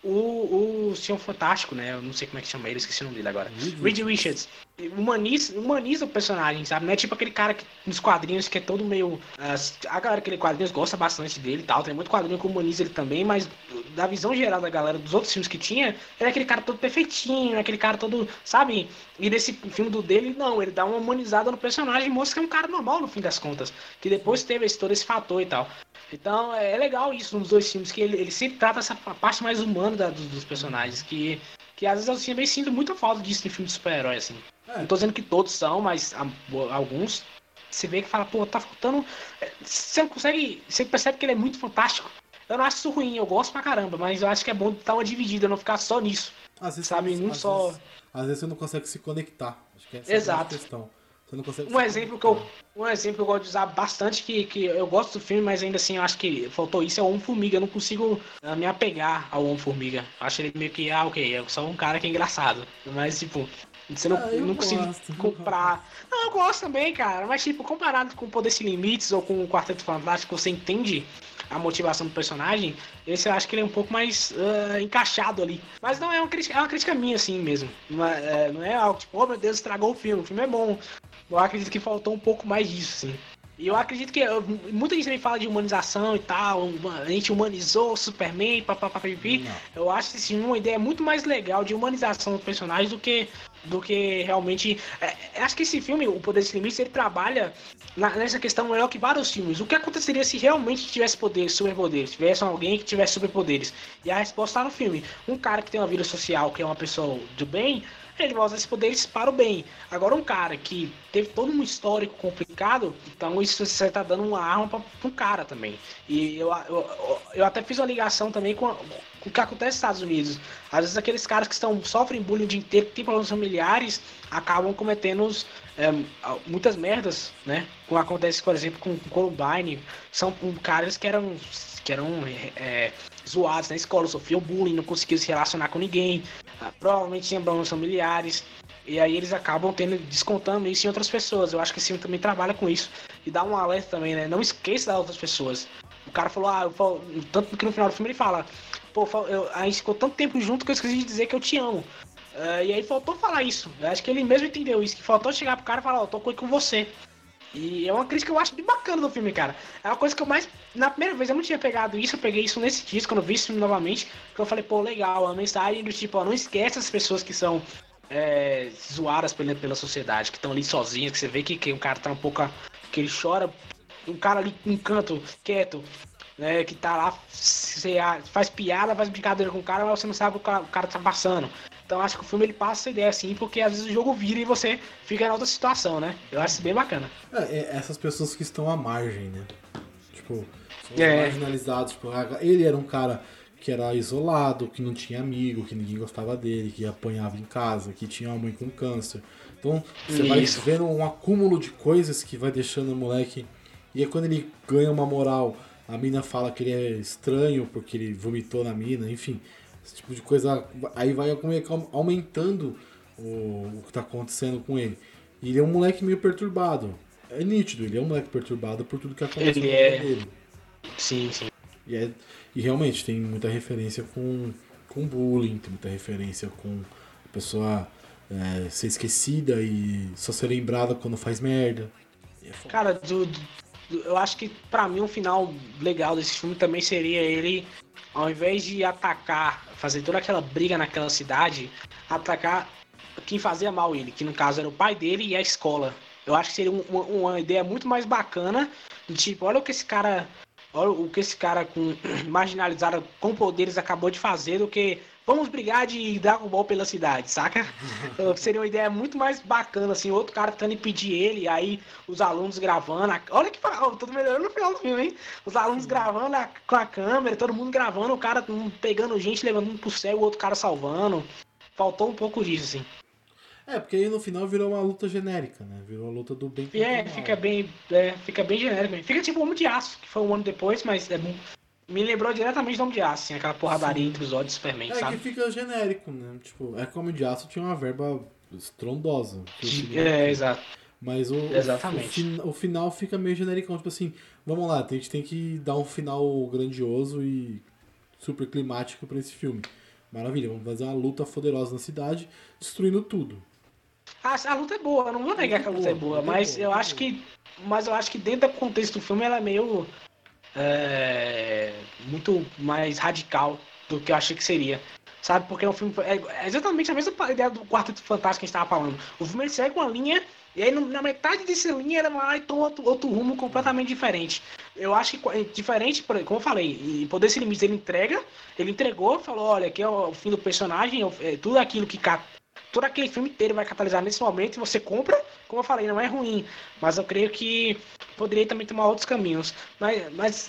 o, o Senhor Fantástico, né? Eu não sei como é que chama ele, esqueci o nome dele agora. Reed Richards. Humaniza, humaniza o personagem, sabe? Não é tipo aquele cara que, nos quadrinhos que é todo meio... Uh, a galera que lê quadrinhos gosta bastante dele e tal. Tem muito quadrinho que humaniza ele também, mas da visão geral da galera dos outros filmes que tinha, ele é aquele cara todo perfeitinho, aquele cara todo, sabe? E nesse filme do dele, não, ele dá uma humanizada no personagem e mostra que é um cara normal no fim das contas. Que depois teve esse, todo esse fator e tal. Então é legal isso nos dois filmes, que ele, ele sempre trata essa parte mais humana da, dos, dos personagens, que, que às vezes eu também sinto muita falta disso em filme de super-herói, assim. É. Não tô dizendo que todos são, mas a, alguns, você vê que fala, pô, tá faltando... Você não consegue... Você percebe que ele é muito fantástico. Eu não acho isso ruim, eu gosto pra caramba, mas eu acho que é bom dar uma dividida, não ficar só nisso. Às vezes, sabe, não só... Vezes, às vezes você não consegue se conectar. Acho que essa Exato. É a questão. Você não consegue um, exemplo que eu, um exemplo que eu gosto de usar bastante, que, que eu gosto do filme, mas ainda assim eu acho que faltou isso, é o Homem-Formiga. Eu não consigo uh, me apegar ao Homem-Formiga. Acho ele meio que, ah, ok, é só um cara que é engraçado. Mas, tipo, você não, ah, eu não consigo gosto, comprar... Não, eu gosto também, cara. Mas, tipo, comparado com o Poder Sem Limites ou com o Quarteto Fantástico, você entende a motivação do personagem, esse eu acho que ele é um pouco mais uh, encaixado ali. Mas não é uma crítica, é uma crítica minha, assim mesmo. Não é, não é algo tipo, oh meu Deus, estragou o filme. O filme é bom. Eu acredito que faltou um pouco mais disso, sim. E eu acredito que... Eu, muita gente também fala de humanização e tal. A gente humanizou o Superman, papapá, pipi. Eu acho assim, uma ideia muito mais legal de humanização do personagem do que... do que realmente... É, acho que esse filme, O Poder Sem Limites, ele trabalha na, nessa questão melhor que vários filmes. O que aconteceria se realmente tivesse poderes, superpoderes? Tivesse alguém que tivesse superpoderes? E a resposta tá no filme. Um cara que tem uma vida social, que é uma pessoa do bem... ele vai usar esses poderes para o bem. Agora um cara que teve todo um histórico complicado, então isso você tá dando uma arma para um cara também. E eu, eu, eu até fiz uma ligação também com, a, com o que acontece nos Estados Unidos. Às vezes aqueles caras que estão, sofrem bullying o dia inteiro, que tem problemas familiares, acabam cometendo é, muitas merdas, né? Como acontece, por exemplo, com o Columbine. São caras que eram, que eram é, zoados na escola, sofriam bullying, não conseguiam se relacionar com ninguém. Provavelmente tinham problemas familiares, e aí eles acabam tendo, descontando isso em outras pessoas. Eu acho que esse filme também trabalha com isso e dá um alerta também, né? Não esqueça das outras pessoas. O cara falou, ah, eu falo, tanto que no final do filme ele fala, pô, eu, a gente ficou tanto tempo junto que eu esqueci de dizer que eu te amo. Uh, e aí faltou falar isso. Eu acho que ele mesmo entendeu isso, que faltou chegar pro cara e falar, ó, oh, tô com você. E é uma crítica que eu acho bem bacana do filme, cara. É uma coisa que eu mais... Na primeira vez eu não tinha pegado isso, eu peguei isso nesse disco, quando eu vi esse filme novamente, que eu falei, pô, legal, a mensagem do tipo, ó, não esquece as pessoas que são é, zoadas pela, pela sociedade, que estão ali sozinhas, que você vê que, que um cara tá um pouco... que ele chora, um cara ali um canto, quieto, né, que tá lá, você faz piada, faz brincadeira com o cara, mas você não sabe o que o cara tá passando. Então acho que o filme ele passa essa ideia assim, porque às vezes o jogo vira e você fica na outra situação, né? Eu acho isso bem bacana. É, é essas pessoas que estão à margem, né? Tipo, são é. marginalizados. Tipo, ele era um cara que era isolado, que não tinha amigo, que ninguém gostava dele, que apanhava em casa, que tinha uma mãe com câncer. Então você isso. vai vendo um acúmulo de coisas que vai deixando o moleque... E aí quando ele ganha uma moral, a mina fala que ele é estranho porque ele vomitou na mina, enfim... Esse tipo de coisa, aí vai aumentando o, o que tá acontecendo com ele. E ele é um moleque meio perturbado. É nítido, ele é um moleque perturbado por tudo que aconteceu com é... ele. Sim, sim. E, é, e realmente tem muita referência com, com bullying, tem muita referência com a pessoa é, ser esquecida e só ser lembrada quando faz merda. É Cara, do, do, eu acho que pra mim um final legal desse filme também seria ele... Ao invés de atacar, fazer toda aquela briga naquela cidade, atacar quem fazia mal ele, que no caso era o pai dele e a escola. Eu acho que seria um, uma, uma ideia muito mais bacana, de tipo, olha o que esse cara, olha o que esse cara com marginalizado com poderes acabou de fazer, do que vamos brigar de Dragon Ball pela cidade, saca? Seria uma ideia muito mais bacana, assim, outro cara tentando impedir ele, aí os alunos gravando, a... olha que oh, tudo melhorando no final do filme, hein? Os alunos gravando a... com a câmera, todo mundo gravando, o cara um, pegando gente, levando pro céu, o outro cara salvando. Faltou um pouco disso, assim. É, porque aí no final virou uma luta genérica, né? Virou a luta do bem contra É, o mal. fica bem, é, fica bem genérico. Fica tipo o Homem de Aço, que foi um ano depois, mas é bom. Me lembrou diretamente do Homem de Aço, assim, aquela porradaria Sim. entre os olhos do Superman, é, sabe? É que fica genérico, né? Tipo, é que o Homem de Aço tinha uma verba estrondosa. É, exato. Mas o, Exatamente. o, o, o final fica meio genericão, tipo assim, vamos lá, a gente tem que dar um final grandioso e super climático pra esse filme. Maravilha, vamos fazer uma luta poderosa na cidade, destruindo tudo. A, a luta é boa, eu não vou negar que a luta é boa, mas eu acho que. Mas eu acho que dentro do contexto do filme ela é meio. É, muito mais radical do que eu achei que seria. Sabe? Porque o filme é, é exatamente a mesma ideia do Quarteto Fantástico que a gente estava falando. O filme ele segue uma linha, e aí na metade dessa linha ele vai lá e toma outro, outro rumo completamente diferente. Eu acho que diferente, como eu falei, em Poder Sem Limites ele entrega, ele entregou, falou, olha, aqui é o fim do personagem, é tudo aquilo que todo aquele filme inteiro vai catalisar nesse momento e você compra, como eu falei, não é ruim, mas eu creio que poderia também tomar outros caminhos. Mas, mas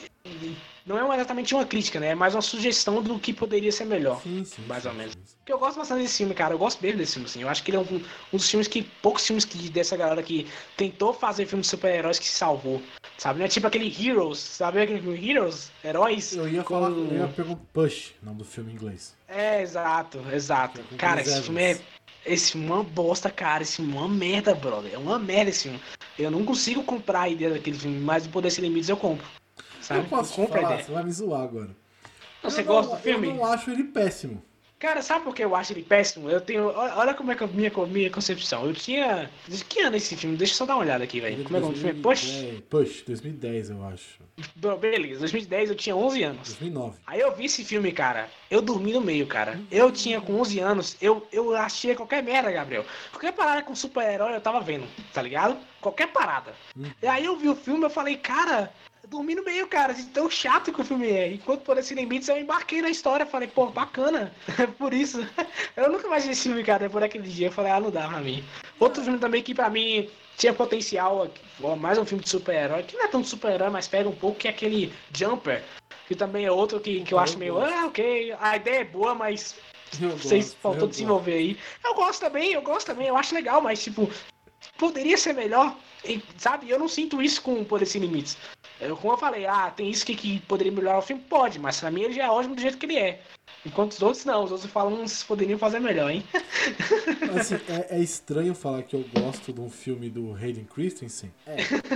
não é exatamente uma crítica, né? É mais uma sugestão do que poderia ser melhor, sim, sim, mais sim, ou menos. sim, sim. Porque eu gosto bastante desse filme, cara. Eu gosto mesmo desse filme, assim. Eu acho que ele é um, um dos filmes que... Poucos filmes que, dessa galera que tentou fazer filme de super-heróis que se salvou, sabe? Não é tipo aquele Heroes, sabe aquele filme Heroes? Heróis? Eu ia com... falar, eu ia perguntar Push, nome do filme em inglês. É, exato, exato. Com Cara, Chris esse Evans. filme é... Esse filme é uma bosta, cara. Esse filme é uma merda, brother. É uma merda esse filme. Eu não consigo comprar a ideia daquele filme, mas o Poder Sem Limites eu compro. Sabe? Eu posso te compro a falar, ideia. você vai me zoar agora. Não, você Eu gosta não- do filme? Eu não acho ele péssimo. Cara, sabe por que eu acho ele péssimo? Eu tenho. Olha olha como é que é a minha, minha concepção. Eu tinha. De que ano é esse filme? Deixa eu só dar uma olhada aqui, velho. Como é que é o filme? Poxa, Push, dois mil e dez, eu acho. beleza, dois mil e dez eu tinha onze anos. dois mil e nove. Aí eu vi esse filme, cara. Eu dormi no meio, cara. Eu tinha com onze anos, eu, eu achei qualquer merda, Gabriel. Qualquer parada com super-herói eu tava vendo, tá ligado? Qualquer parada. E aí eu vi o filme eu falei, cara. Eu dormi no meio, cara, de tão chato que o filme é. Enquanto Poder Sem Limites, eu embarquei na história. Falei, pô, bacana. Por isso. Eu nunca mais vi esse filme, cara, por aquele dia. Eu falei, ah, não dá pra mim. Outro filme também que pra mim tinha potencial, ó, mais um filme de super-herói, que não é tão de super-herói, mas pega um pouco, que é aquele Jumper. Que também é outro que, que eu acho meio, ah, ok, a ideia é boa, mas Eu vocês gosto, faltou eu desenvolver aí. Eu gosto também, eu gosto também, eu acho legal, mas tipo, poderia ser melhor, e, sabe? Eu não sinto isso com o Poder Sem Limites. Eu, como eu falei, ah, tem isso que, que poderia melhorar o filme? Pode, mas pra mim ele já é ótimo do jeito que ele é. Enquanto os outros não, os outros falam, hum, vocês poderiam fazer melhor, hein? Assim, é, é estranho falar que eu gosto de um filme do Hayden Christensen. É.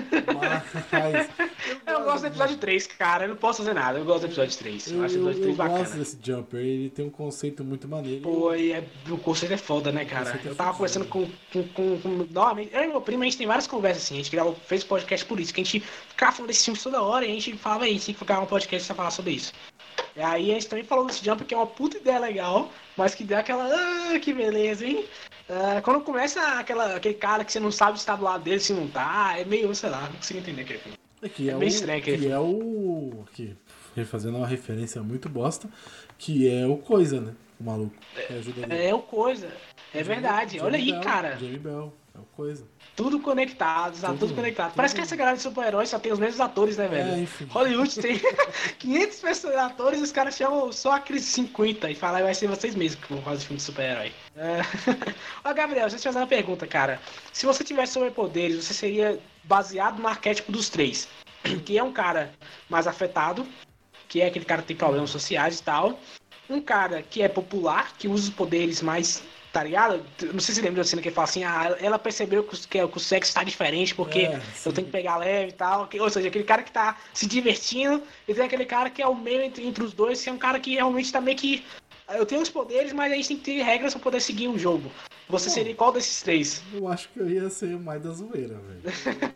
Mas. Eu gosto do episódio três, cara, eu não posso fazer nada, eu gosto do episódio três. Eu, Eu, acho o eu, episódio eu três bacana. gosto desse Jumper, ele tem um conceito muito maneiro. Pô, e é, o conceito é foda, né, cara? conceito é Eu tava fudido. conversando com, com, com, com. Novamente, eu e meu primo, a gente tem várias conversas assim. A gente gravou, fez podcast por isso, que a gente ficava falando desse filme toda hora e a gente falava aí, tinha que ficar um podcast pra falar sobre isso. E aí a gente também falou desse Jumper, que é uma puta ideia legal, mas que dá aquela. Ah, que beleza, hein? Ah, quando começa aquela, aquele cara que você não sabe se tá do lado dele, se não tá, é meio, sei lá, não consigo entender aquele filme. É que é, É o, meio estranho aquele que é o. Que, fazendo uma referência muito bosta, que é o Coisa, né? O maluco. Que ajuda ele. É o coisa. É verdade. Jamie Olha aí, Bell, cara. Jamie Bell, é o Coisa. Tudo conectado, tá? Tudo, Tudo conectado. tudo. Parece que essa galera de super-heróis só tem os mesmos atores, né, velho? É, enfim. Hollywood tem quinhentos pessoas- atores e os caras chamam só aqueles cinquenta e falam, vai ser vocês mesmos que vão fazer filme de super-herói. É. Ó, Gabriel, deixa eu te fazer uma pergunta, cara. Se você tivesse superpoderes, você seria baseado no arquétipo dos três, que é um cara mais afetado, que é aquele cara que tem problemas sociais e tal, um cara que é popular, que usa os poderes mais, tá ligado? Não sei se você lembra da cena que ele fala assim, ah, ela percebeu que, o- que, que o sexo tá diferente porque É, sim. eu tenho que pegar leve e tal. Que- ou seja, aquele cara que tá se divertindo, e tem aquele cara que é o meio entre, entre os dois, que é um cara que realmente tá meio que. Eu tenho os poderes, mas a gente tem que ter regras pra poder seguir o jogo. Você Bom. seria qual desses três? Eu acho que eu ia ser mais da zoeira, velho.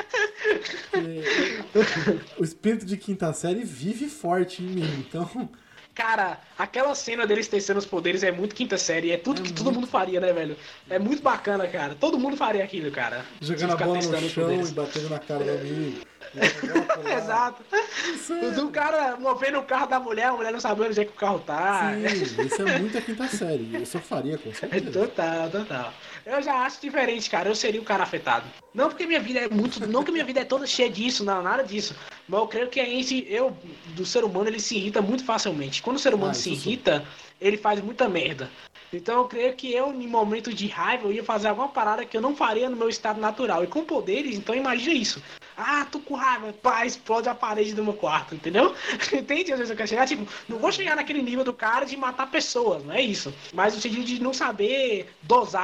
Porque o espírito de quinta série vive forte em mim, então. Cara, aquela cena deles testando os poderes é muito quinta série, é tudo É que todo muito. mundo faria, né, velho? É muito bacana, cara. Todo mundo faria aquilo, cara. Jogando a Ficar bola no testando os chão poderes. e batendo na cara do amigo. Exato. Isso é, Do cara movendo o carro da mulher, a mulher não sabendo onde é que o carro tá. sim, isso é muito a quinta série. Isso eu faria, com É certeza. total, total. Eu já acho diferente, cara. Eu seria o cara afetado. Não porque minha vida é muito. Não que minha vida é toda cheia disso, não, nada disso. Mas eu creio que a gente, eu, do ser humano, ele se irrita muito facilmente. Quando o ser humano Ah, se isso sim. irrita, ele faz muita merda. Então eu creio que eu, em momento de raiva, eu ia fazer alguma parada que eu não faria no meu estado natural. E com poderes, então imagina isso. Ah, tô com raiva, pá, explode a parede do meu quarto, entendeu? Entende? Às vezes eu quero chegar, tipo, não vou chegar naquele nível do cara de matar pessoas, não é isso. Mas no sentido de não saber dosar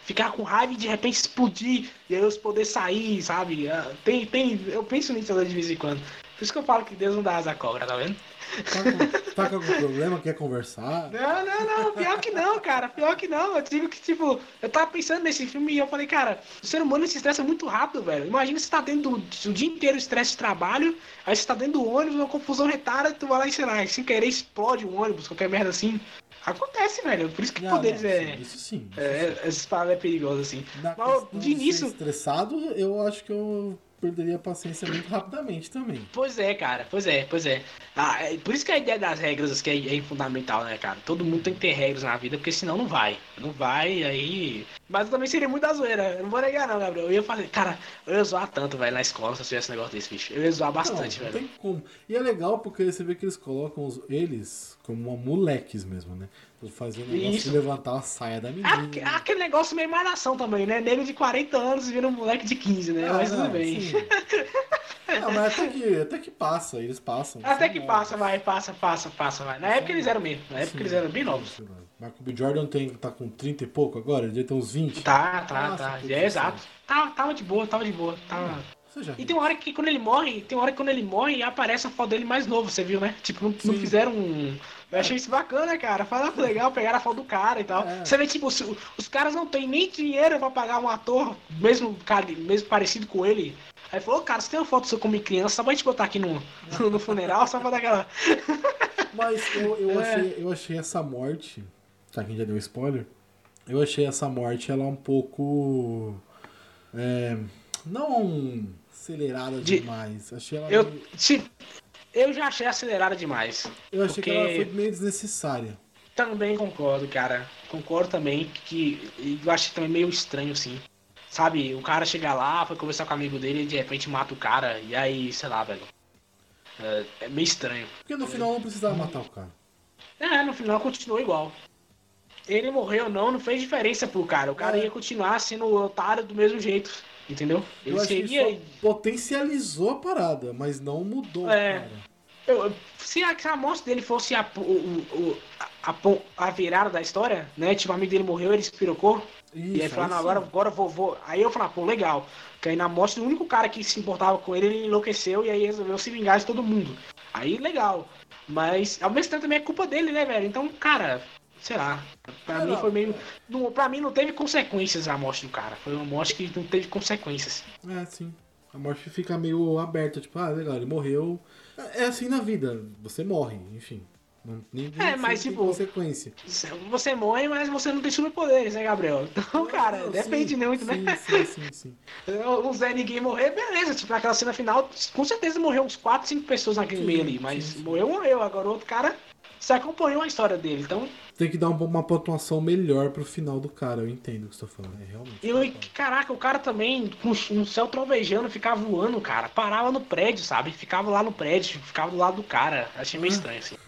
ficar com raiva e de repente explodir e aí os poderes sair, sabe? Tem, tem, eu penso nisso de vez em quando. Por isso que eu falo que Deus não dá asa à cobra, tá vendo? Tá com, tá com algum problema? Quer conversar? Não, não, não, pior que não, cara, pior que não. Eu digo que, tipo, eu tava pensando nesse filme e eu falei, cara, o ser humano se estressa muito rápido, velho. Imagina você tá dentro do o dia inteiro estresse de trabalho, aí você tá dentro do ônibus, uma confusão retada, tu vai lá e, sei lá, sem querer explode o ônibus, qualquer merda assim. Acontece, velho. Por isso que Não, poderes não, é. Isso sim. Isso É, sim. essas palavras é perigoso, assim. Na Mas questão de de início. ser estressado, eu acho que eu perderia a paciência muito rapidamente também. Pois é, cara, pois é, pois é. Ah, é por isso que a ideia das regras que é, é fundamental, né, cara? Todo mundo tem que ter regras na vida, porque senão não vai. Não vai, aí. Mas também seria muito da zoeira. Eu não vou negar, não, Gabriel. Eu ia fazer. Cara, eu ia zoar tanto, velho, na escola se eu tivesse um negócio desse, bicho. Eu ia zoar bastante, não, não velho. tem como. E é legal porque você vê que eles colocam os, eles como uma moleques mesmo, né? Fazendo o negócio Isso. de levantar a saia da menina. Aque- Aquele negócio meio malhação também, né? Nego de quarenta anos vira um moleque de quinze, né? Ah, Mas não, tudo bem. sim. Não, mas até que, até que passa, eles passam. Até são que novos. passa, vai, passa, passa, passa, vai. Na época eles eram mesmo. Na época Sim, eles eram bem novos. sei lá. Michael B. Jordan tem, tá com trinta e pouco agora, ele deve ter uns vinte. Tá, tá, Nossa, tá. que É exato. Tava, tava de boa, tava de boa. Tava... Você já E viu. tem uma hora que quando ele morre, tem uma hora que quando ele morre aparece a foto dele mais novo, você viu, né? Tipo, não, não Sim. fizeram um. Eu achei isso bacana, cara. Falaram que legal, pegaram a foto do cara e tal. É. Você vê, tipo, os, os caras não têm nem dinheiro pra pagar um ator, mesmo, cara, mesmo parecido com ele. Aí falou, cara, você tem uma foto sua como criança, só pra gente botar aqui no, no, no funeral, só pra dar aquela. Mas eu, eu, É. achei, eu achei essa morte, tá, quem já deu spoiler, eu achei essa morte, ela um pouco, é, não acelerada De- demais, achei ela Eu, meio- tipo, eu já achei acelerada demais. eu achei porque- que ela foi meio desnecessária. Também concordo, cara. Concordo também que eu achei também meio estranho, assim. Sabe, o cara chega lá, foi conversar com o amigo dele e de repente mata o cara, e aí, sei lá, velho. É, é meio estranho. Porque no final não precisava matar o cara. É, no final continuou igual. Ele morreu ou não, não fez diferença pro cara. O cara É. ia continuar sendo otário do mesmo jeito, entendeu? Ele Eu acho que seria. só potencializou a parada, mas não mudou É. o cara. Eu- se, a, se a morte dele fosse a, o, o- o- a, a- a virada da história, né? Tipo, o amigo dele morreu, ele espirocou. E aí Isso, falou, não, sim. agora, agora eu vou, vou. Aí eu falei, pô, legal. Que aí na morte do único cara que se importava com ele, ele enlouqueceu e aí resolveu se vingar de todo mundo. Aí legal. Mas ao mesmo tempo também é culpa dele, né, velho? Então, cara, sei lá. Pra É, mim não. foi meio. Não, pra mim não teve consequências a morte do cara. Foi uma morte que não teve consequências. É, sim. A morte fica meio aberta, tipo, ah, legal, ele morreu. É assim na vida, você morre, enfim. Não, ninguém É, mas, tem tipo, consequência. Você morre, mas você não tem superpoderes, né, Gabriel? Então, cara, Não, depende sim, muito, sim, né? Sim, sim, sim. O Zé Ninguém morrer, beleza. Tipo, naquela cena final, com certeza morreu uns quatro, cinco pessoas naquele Sim, meio ali. Mas sim, sim. morreu, morreu. Agora o outro cara se acompanhou a história dele. Então, Tem que dar uma, uma pontuação melhor pro final do cara, eu entendo o que você tá falando. É realmente. eu, caraca, o cara também, com um céu trovejando, ficava voando, cara. Parava no prédio, sabe? Ficava lá no prédio, ficava do lado do cara. Achei meio estranho, assim.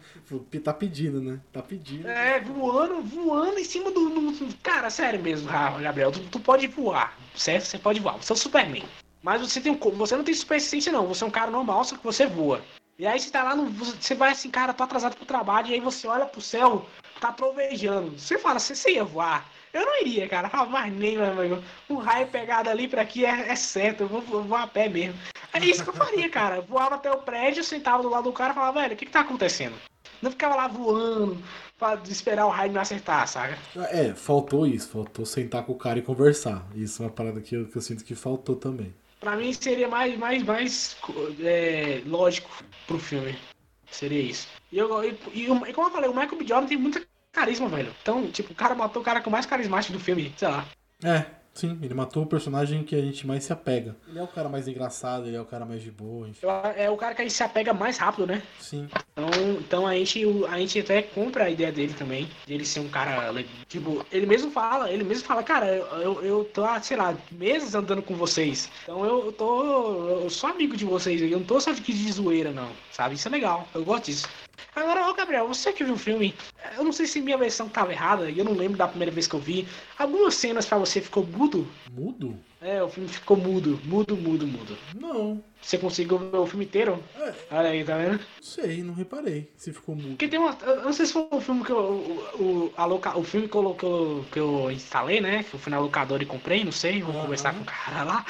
Tá pedindo, né? Tá pedindo. É, voando, voando em cima do. do- cara, sério mesmo, Rafa, Gabriel. Tu, tu pode voar, certo? Você pode voar. Você é o Superman. Mas você, tem, um co- você não tem superciência, não. Você é um cara normal, só que você voa. E aí você tá lá, no, você vai assim, cara, tô atrasado pro trabalho. E aí você olha pro céu, tá trovejando. Você fala, você, você ia voar? Eu não iria, cara. Ah, mas nem, meu amigo. Um raio pegado ali pra aqui é, é certo. Eu vou, vou voar a pé mesmo. É isso que eu faria, cara. Voava até o prédio, sentava do lado do cara e falava, velho, o que que tá acontecendo? Não ficava lá voando pra esperar o raio me acertar, saca? É, faltou isso. Faltou sentar com o cara e conversar. Isso é uma parada que eu, que eu sinto que faltou também. Pra mim seria mais, mais, mais é, lógico pro filme. Seria isso. E, eu, e, e, o- e como eu falei, o Michael B. Jordan tem muita carisma, velho. Então, tipo, o cara matou o cara com mais carismático do filme, sei lá. É, sim, ele matou o personagem que a gente mais se apega. Ele é o cara mais engraçado, ele é o cara mais de boa, enfim. Eu- É o cara que a gente se apega mais rápido, né? Sim. Então, então a, gente, a gente até compra a ideia dele também, de ele ser um cara, le- tipo, ele mesmo fala, ele mesmo fala, cara, eu, eu, eu tô há, sei lá, meses andando com vocês, então eu, eu tô, eu sou amigo de vocês, eu não tô só de, de zoeira não, sabe, isso é legal, eu gosto disso. Agora, ô Gabriel, você que viu o filme, eu não sei se minha versão tava errada, e eu não lembro da primeira vez que eu vi. Algumas cenas pra você ficou mudo? Mudo? É, o filme ficou mudo, mudo, mudo, mudo. Não. Você conseguiu ver o filme inteiro? É. Olha aí, tá vendo? Não sei, não reparei se ficou mudo. Porque tem uma. Eu não sei se foi o filme que eu. O, o, a loca, o filme que eu, que, eu, que eu instalei, né? Que eu fui na locadora e comprei, não sei, vou Uhum. conversar com o cara lá.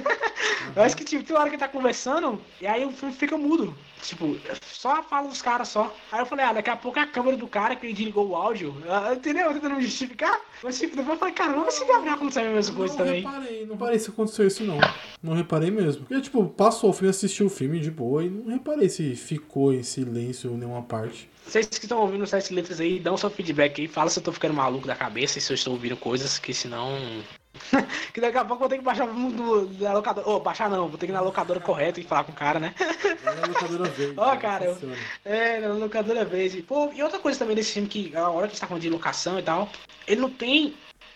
Eu acho que tipo, tem hora que tá conversando, e aí o filme fica mudo. Tipo, só a fala dos caras só. Aí eu falei, ah, daqui a pouco é a câmera do cara que ele desligou o áudio. Ah, entendeu? Tentando me justificar. Mas tipo, depois eu falei, cara, vamos se Gabriel aconteceu a mesma coisa não também. reparei, não reparei se aconteceu isso não. Não reparei mesmo. Porque, tipo, passou o filme, assisti o filme de boa e não reparei se ficou em silêncio em nenhuma parte. Vocês que estão ouvindo os sete letras aí, dão seu feedback aí. Fala se eu tô ficando maluco da cabeça e se eu estou ouvindo coisas que senão... que daqui a pouco eu vou ter que baixar do, da locadora. Ô, oh, baixar não, vou ter que ir na locadora correta e falar com o cara, né? É na locadora verde. Ó, oh, cara, eu, é, na locadora verde. Pô, e outra coisa também desse filme que a hora que a gente tá falando de locação e tal, ele não tem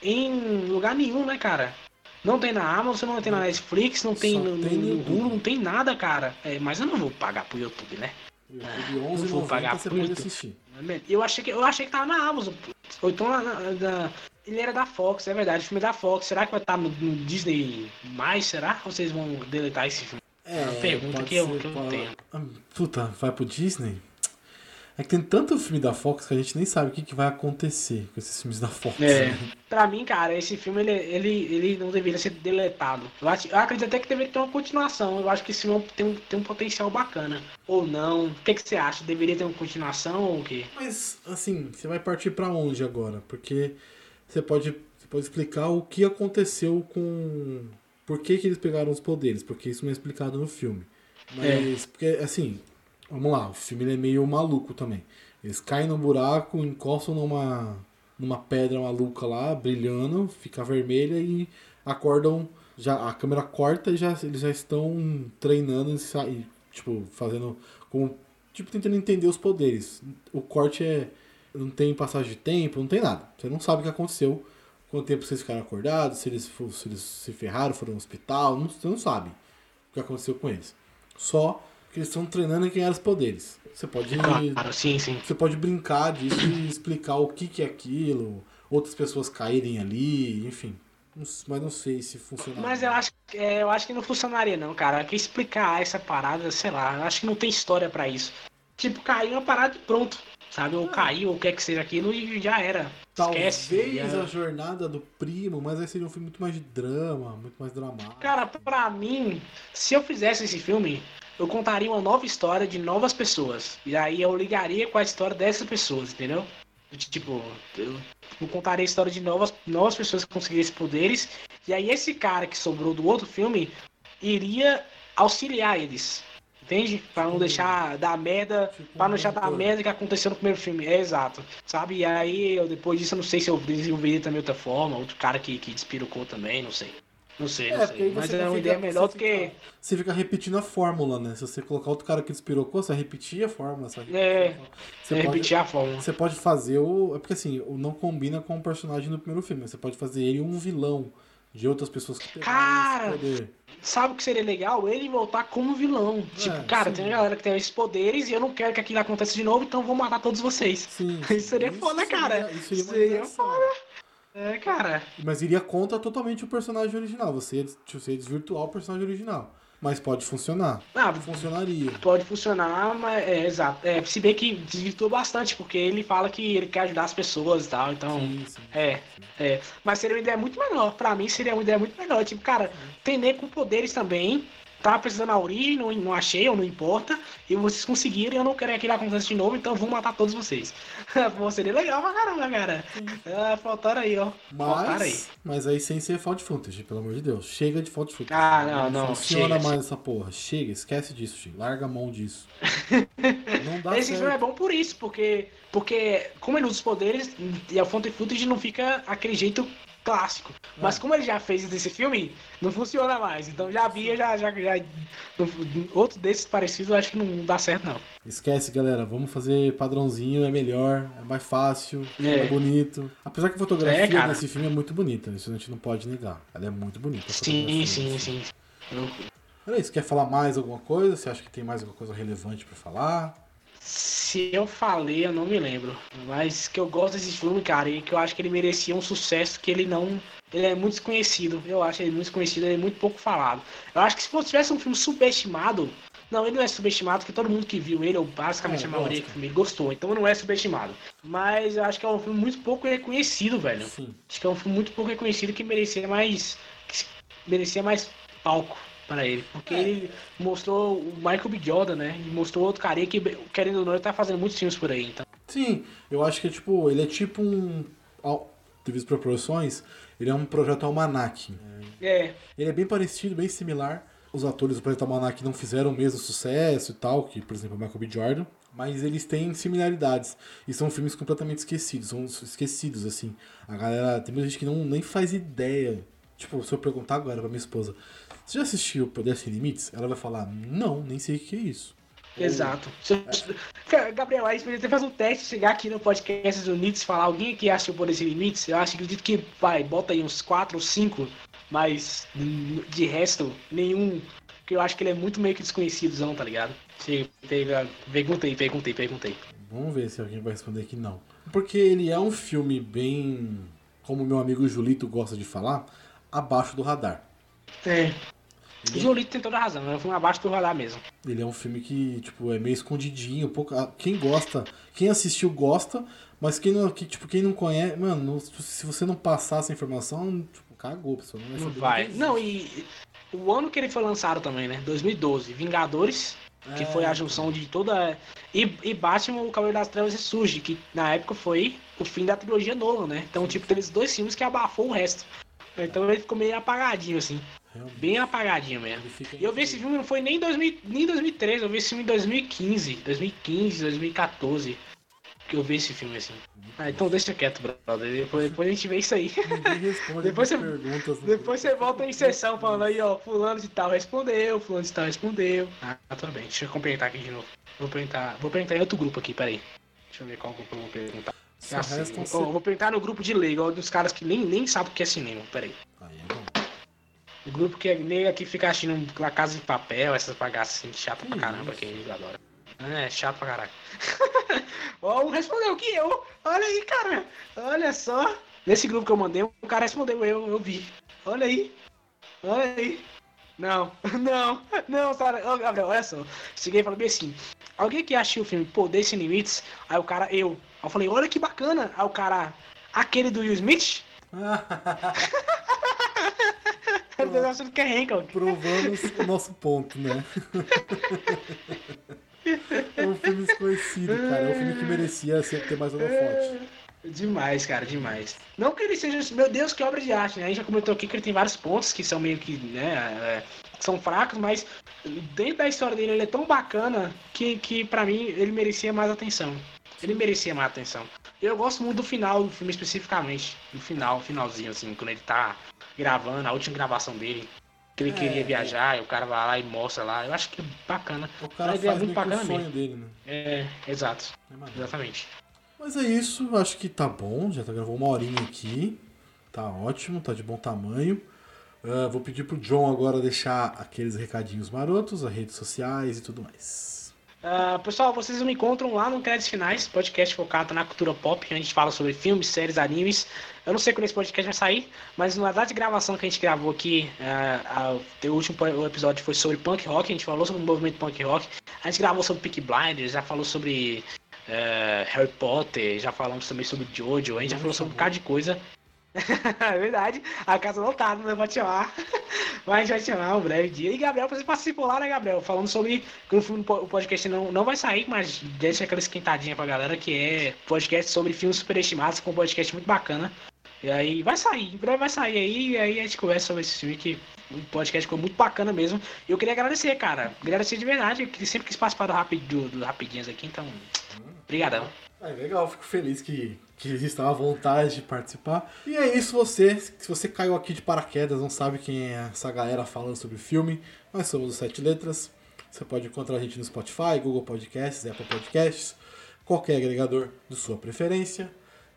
em lugar nenhum, né, cara? Não tem na Amazon, não tem na Netflix, não tem Só no, tem no no Hulu, não tem nada, cara. É, mas eu não vou pagar pro YouTube, né? YouTube Não onze vou pagar você por pode YouTube. assistir. Eu achei que, eu achei que tava na Amazon. Ou então na, na, na, ele era da Fox, é verdade. O filme é da Fox. Será que vai estar no, no Disney mais? Será? Ou vocês vão deletar esse filme? É uma pergunta pode que eu, ser, que eu pode- tenho. Ah, Puta, vai pro Disney? É que tem tanto filme da Fox que a gente nem sabe o que, que vai acontecer com esses filmes da Fox. É, né? pra mim, cara, esse filme ele, ele, ele não deveria ser deletado. Eu, acho, eu acredito até que deveria ter uma continuação. Eu acho que esse filme tem um, tem um potencial bacana. Ou não. O que, que você acha? Deveria ter uma continuação ou o quê? Mas, assim, você vai partir pra onde agora? Porque você pode, você pode explicar o que aconteceu com... Por que, que eles pegaram os poderes? Porque isso não é explicado no filme. Mas, porque, assim, vamos lá, o filme ele é meio maluco também. Eles caem num buraco, encostam numa, numa pedra maluca lá, brilhando, fica vermelha e acordam. Já, a câmera corta e já, eles já estão treinando e, sa- e, tipo, fazendo. Como, tipo, tentando entender os poderes. O corte é. Não tem passagem de tempo, não tem nada. Você não sabe o que aconteceu, quanto tempo vocês ficaram acordados, se eles, fo- se eles se ferraram, foram no hospital, não, você não sabe o que aconteceu com eles. Só que eles estão treinando em ganhar os poderes. Você pode, Claro, sim, sim. você pode brincar disso e explicar o que, que é aquilo, outras pessoas caírem ali, enfim. Não s- Mas não sei se funciona. Mas eu acho, que- é, eu acho que não funcionaria não, cara. Que explicar essa parada, sei lá, eu acho que não tem história pra isso. Tipo, caiu uma parada e pronto, sabe? Ou caiu, ou quer que seja aquilo e já era. Esquece. Talvez já- a jornada do primo, mas aí seria um filme muito mais de drama, muito mais dramático. Cara, pra mim, se eu fizesse esse filme, eu contaria uma nova história de novas pessoas. E aí eu ligaria com a história dessas pessoas, entendeu? Tipo, eu, eu contaria a história de novas, novas pessoas que conseguiram esses poderes. E aí esse cara que sobrou do outro filme iria auxiliar eles. Entende? Pra não deixar dar merda, Tipo um pra não deixar dar mentor. merda que aconteceu no primeiro filme. É exato. Sabe? E aí, eu, depois disso, eu não sei se eu desenvolveria também outra forma. Outro cara que, que despirocou também, não sei. Não sei, não É, porque aí sei. Mas você é uma fica- ideia melhor você do que. fica- Você fica repetindo a fórmula, né? Se você colocar outro cara que despirocou, você vai repetir a fórmula. Você vai É, repetir a fórmula. Você é pode- repetir a forma. Você pode fazer o. É porque assim, o não combina com o personagem do primeiro filme. Você pode fazer ele um vilão de outras pessoas que pegaram Cara! esse poder. Sabe o que seria legal? Ele voltar como vilão. Tipo, cara, sim. tem uma galera que tem esses poderes e eu não quero que aquilo aconteça de novo, então vou matar todos vocês. Sim. Isso seria foda, cara. Isso seria, uma Seria invenção. É, cara. Mas iria contra totalmente o personagem original. Você ia, tipo, você ia desvirtuar o personagem original. Mas pode funcionar. Ah, Funcionaria. pode funcionar, mas é exato. É, se bem que desvirtuou bastante, porque ele fala que ele quer ajudar as pessoas e tal, então. Sim, sim. É, é. Mas seria uma ideia muito melhor. Pra mim seria uma ideia muito melhor. Tipo, cara, tem nego com poderes também. Tava precisando da origem, não, não achei, ou não importa. E vocês conseguiram, e eu não quero que aquilo aconteça de novo, então vou matar todos vocês. Pô, seria legal pra caramba, cara. Ah, faltaram aí, ó. Faltaram aí. Mas, mas aí sem ser Found Footage, pelo amor de Deus. Chega de Found Footage. Ah, não, não, funciona chega, mais essa porra. Chega, esquece disso, gente. Larga a mão disso. Não dá Esse filme é certo. bom por isso, porque, porque como ele usa os poderes, e a fonte footage não fica aquele jeito clássico. Mas como ele já fez desse filme, não funciona mais. Então já havia, já, já, já outro desses parecidos, eu acho que não dá certo, não. Esquece, galera. Vamos fazer padrãozinho, é melhor, é mais fácil, é, É. bonito. Apesar que a fotografia É, cara. desse filme é muito bonita, isso a gente não pode negar. Ela é muito bonita. a Sim, fotografia sim, desse sim. filme. Olha isso, quer falar mais alguma coisa? Você acha que tem mais alguma coisa relevante pra falar? Se eu falei, eu não me lembro. Mas que eu gosto desse filme, cara, e que eu acho que ele merecia um sucesso que ele não... Ele é muito desconhecido. Eu acho ele muito desconhecido, ele é muito pouco falado. Eu acho que se fosse tivesse um filme subestimado... Não, ele não é subestimado, porque todo mundo que viu ele, ou basicamente É, a maioria gosto. que viu ele, gostou. Então não é subestimado. Mas eu acho que é um filme muito pouco reconhecido, velho. Sim. Acho que é um filme muito pouco reconhecido que merecia mais... Que merecia mais palco para ele. Porque É. ele mostrou o Michael B. Jordan, né? E mostrou outro carinha que, querendo ou não, ele tá fazendo muitos filmes por aí. Então. Sim, eu acho que é tipo, ele é tipo um... ao- devido às proporções, ele é um projeto almanac. É, Ele é bem parecido, bem similar. Os atores do Projeto Almanac não fizeram o mesmo sucesso e tal, que, por exemplo, o Michael B. Jordan, mas eles têm similaridades. E são filmes completamente esquecidos, são esquecidos, assim. A galera, tem muita gente que não, nem faz ideia. Tipo, se eu perguntar agora pra minha esposa, você já assistiu Poder Sem Limites? Ela vai falar, não, nem sei o que é isso. exato. Cara, Gabriel, aí podia até fazer um teste, chegar aqui no podcast dos Unidos e falar alguém aqui assistiu Poder Sem Limites. Eu acho que acredito que, vai, bota aí uns quatro ou cinco, mas de resto, nenhum. Porque eu acho que ele é muito meio que desconhecidozão, tá ligado? Chega, pega, perguntei, perguntei, perguntei. Vamos ver se alguém vai responder que não. Porque ele é um filme bem, como meu amigo Julito gosta de falar, abaixo do radar. É. O Jolito tem toda a razão, é um filme abaixo do radar mesmo. Ele é um filme que, tipo, é meio escondidinho, pouco... quem gosta, quem assistiu gosta, mas quem não, que, tipo, quem não conhece, mano, não- se você não passar essa informação, tipo, cagou, pessoal, não vai Não saber. vai. nem que Não, existe. e o ano que ele foi lançado também, né? dois mil e doze, Vingadores, que É, foi a junção de toda. E, e Batman, o Cavaleiro das Trevas ressurge, que na época foi o fim da trilogia Nolan, né? Então, tipo, teve esses dois filmes que abafou o resto. Então ele ficou meio apagadinho, assim. Realmente. Bem apagadinho mesmo. Ele fica E eu vi esse filme, não foi nem, dois mil, nem dois mil e treze, eu vi esse filme em dois mil e quinze, dois mil e quinze, dois mil e quatorze. Que eu vi esse filme, assim. Ah, então deixa quieto, brother. Depois, depois a gente vê isso aí. Ninguém responde Depois as você- perguntas. no Depois você grupo. volta em sessão falando aí, ó, fulano de tal respondeu, fulano de tal respondeu. Ah, tudo bem, deixa eu complementar aqui de novo. Vou perguntar, vou perguntar em outro grupo aqui, peraí. Deixa eu ver qual grupo eu vou perguntar. Só Assim, restam ó, eu vou perguntar no grupo de leigo, ó, dos caras que nem, nem sabem o que é cinema, peraí. Aí é bom. O grupo que é meio aqui fica assistindo La Casa de Papel, essas bagaças assim, chato pra Que caramba, isso? quem adora. É, chato pra caralho. Ó, um respondeu que eu. Olha aí, cara. Olha só. Nesse grupo que eu mandei, um cara respondeu eu, eu vi. Olha aí. Olha aí. Não, não, não, Sara. Ô, Gabriel, olha só. Cheguei e falei bem assim. Alguém que assistiu o filme Poder Sem Limites? Aí o cara, eu. Aí eu falei, olha que bacana. Aí o cara, aquele do Will Smith? Eu tô achando que é Hancock. Provamos o nosso ponto, né? É um filme desconhecido, cara. É um filme que merecia ser- ter mais holofote. Demais, cara, demais. Não que ele seja, meu Deus, que obra de arte, né? A gente já comentou aqui que ele tem vários pontos que são meio que, né, é, são fracos, mas dentro da história dele ele é tão bacana que, que pra mim ele merecia mais atenção. Ele merecia mais atenção. Eu gosto muito do final do filme especificamente, do final, finalzinho assim, quando ele tá gravando, a última gravação dele. Que ele É, queria viajar e o cara vai lá e mostra lá. Eu acho que é bacana. O cara A ideia é faz muito meio que o bacana sonho mesmo. dele, né? É, exato. É maneiro. Exatamente. Mas é isso, acho que tá bom. Já tá gravou uma horinha aqui. Tá ótimo, tá de bom tamanho. Ah, vou pedir pro John agora deixar aqueles recadinhos marotos, as redes sociais e tudo mais. Ah, pessoal, vocês me encontram lá no Créditos Finais, podcast focado na cultura pop, onde a gente fala sobre filmes, séries, animes. Eu não sei quando esse podcast vai sair, mas na data de gravação que a gente gravou aqui, ah, ah, o último po- episódio foi sobre punk rock, a gente falou sobre o movimento punk rock. A gente gravou sobre Peaky Blinders, já falou sobre eh, Harry Potter, já falamos também sobre Jojo, a gente já falou sobre um bocado de coisa. É verdade, a casa lotada, não vai te chamar. Mas a gente vai te chamar um breve dia. E Gabriel, você participou lá, né, Gabriel? Falando sobre que o filme, o podcast não, não vai sair, mas deixa aquela esquentadinha pra galera, que é podcast sobre filmes superestimados, com um podcast muito bacana. E aí vai sair, em breve vai sair aí, e aí a gente conversa sobre esse filme, que o podcast ficou muito bacana mesmo. E eu queria agradecer, cara. Agradecer de verdade, eu sempre quis participar do, rapid, do, do Rapidinhas aqui, então. Obrigadão. É legal, fico feliz que, que estava à vontade de participar. E é isso, você. Se você caiu aqui de paraquedas, não sabe quem é essa galera falando sobre o filme, nós somos os Sete Letras. Você pode encontrar a gente no Spotify, Google Podcasts, Apple Podcasts, qualquer agregador de sua preferência.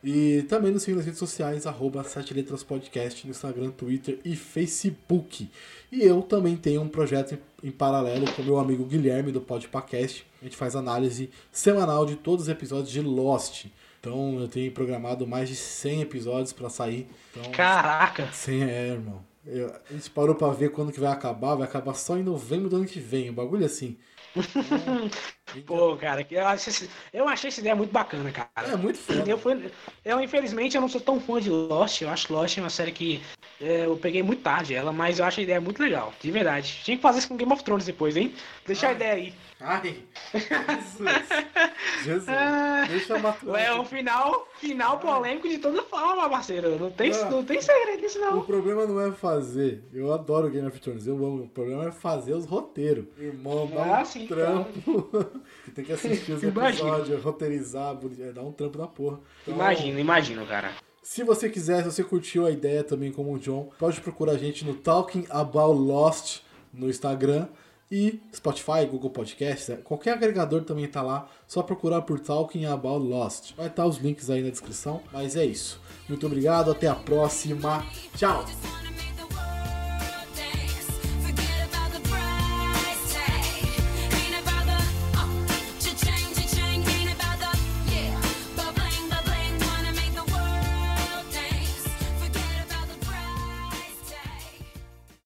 E também nos siga nas redes sociais, arroba sete letras podcast, no Instagram, Twitter e Facebook. E eu também tenho um projeto em paralelo com meu amigo Guilherme, do Podpacast. A gente faz análise semanal de todos os episódios de Lost. Então eu tenho programado mais de cem episódios pra sair. Então, Caraca! cem é, irmão. Eu, a gente parou pra ver quando que vai acabar. Vai acabar só em novembro do ano que vem. Um bagulho assim. Pô, cara, eu achei, eu achei essa ideia muito bacana, cara. É muito foda. Eu, fui, eu, infelizmente, eu não sou tão fã de Lost. Eu acho Lost uma série que é, eu peguei muito tarde ela, mas eu acho a ideia muito legal, de verdade. Tinha que fazer isso com Game of Thrones depois, hein? Deixa Ai. a ideia aí. Ai, Jesus. Jesus. Ah, Deixa eu matar. É um final, final polêmico de toda forma, parceiro. Não tem, ah, não tem segredo nisso, não. O problema não é fazer. Eu adoro Game of Thrones. Eu amo. O problema é fazer os roteiros. Irmão, dá ah, um sim, trampo. Claro. Tem que assistir os episódios, roteirizar, dar um trampo da porra. Então, imagino, imagino, cara. Se você quiser, se você curtiu a ideia também como o John, pode procurar a gente no Talking About Lost no Instagram. E Spotify, Google Podcasts, qualquer agregador também tá lá. Só procurar por Talking About Lost. Vai estar os links aí na descrição. Mas é isso. Muito obrigado, até a próxima. Tchau!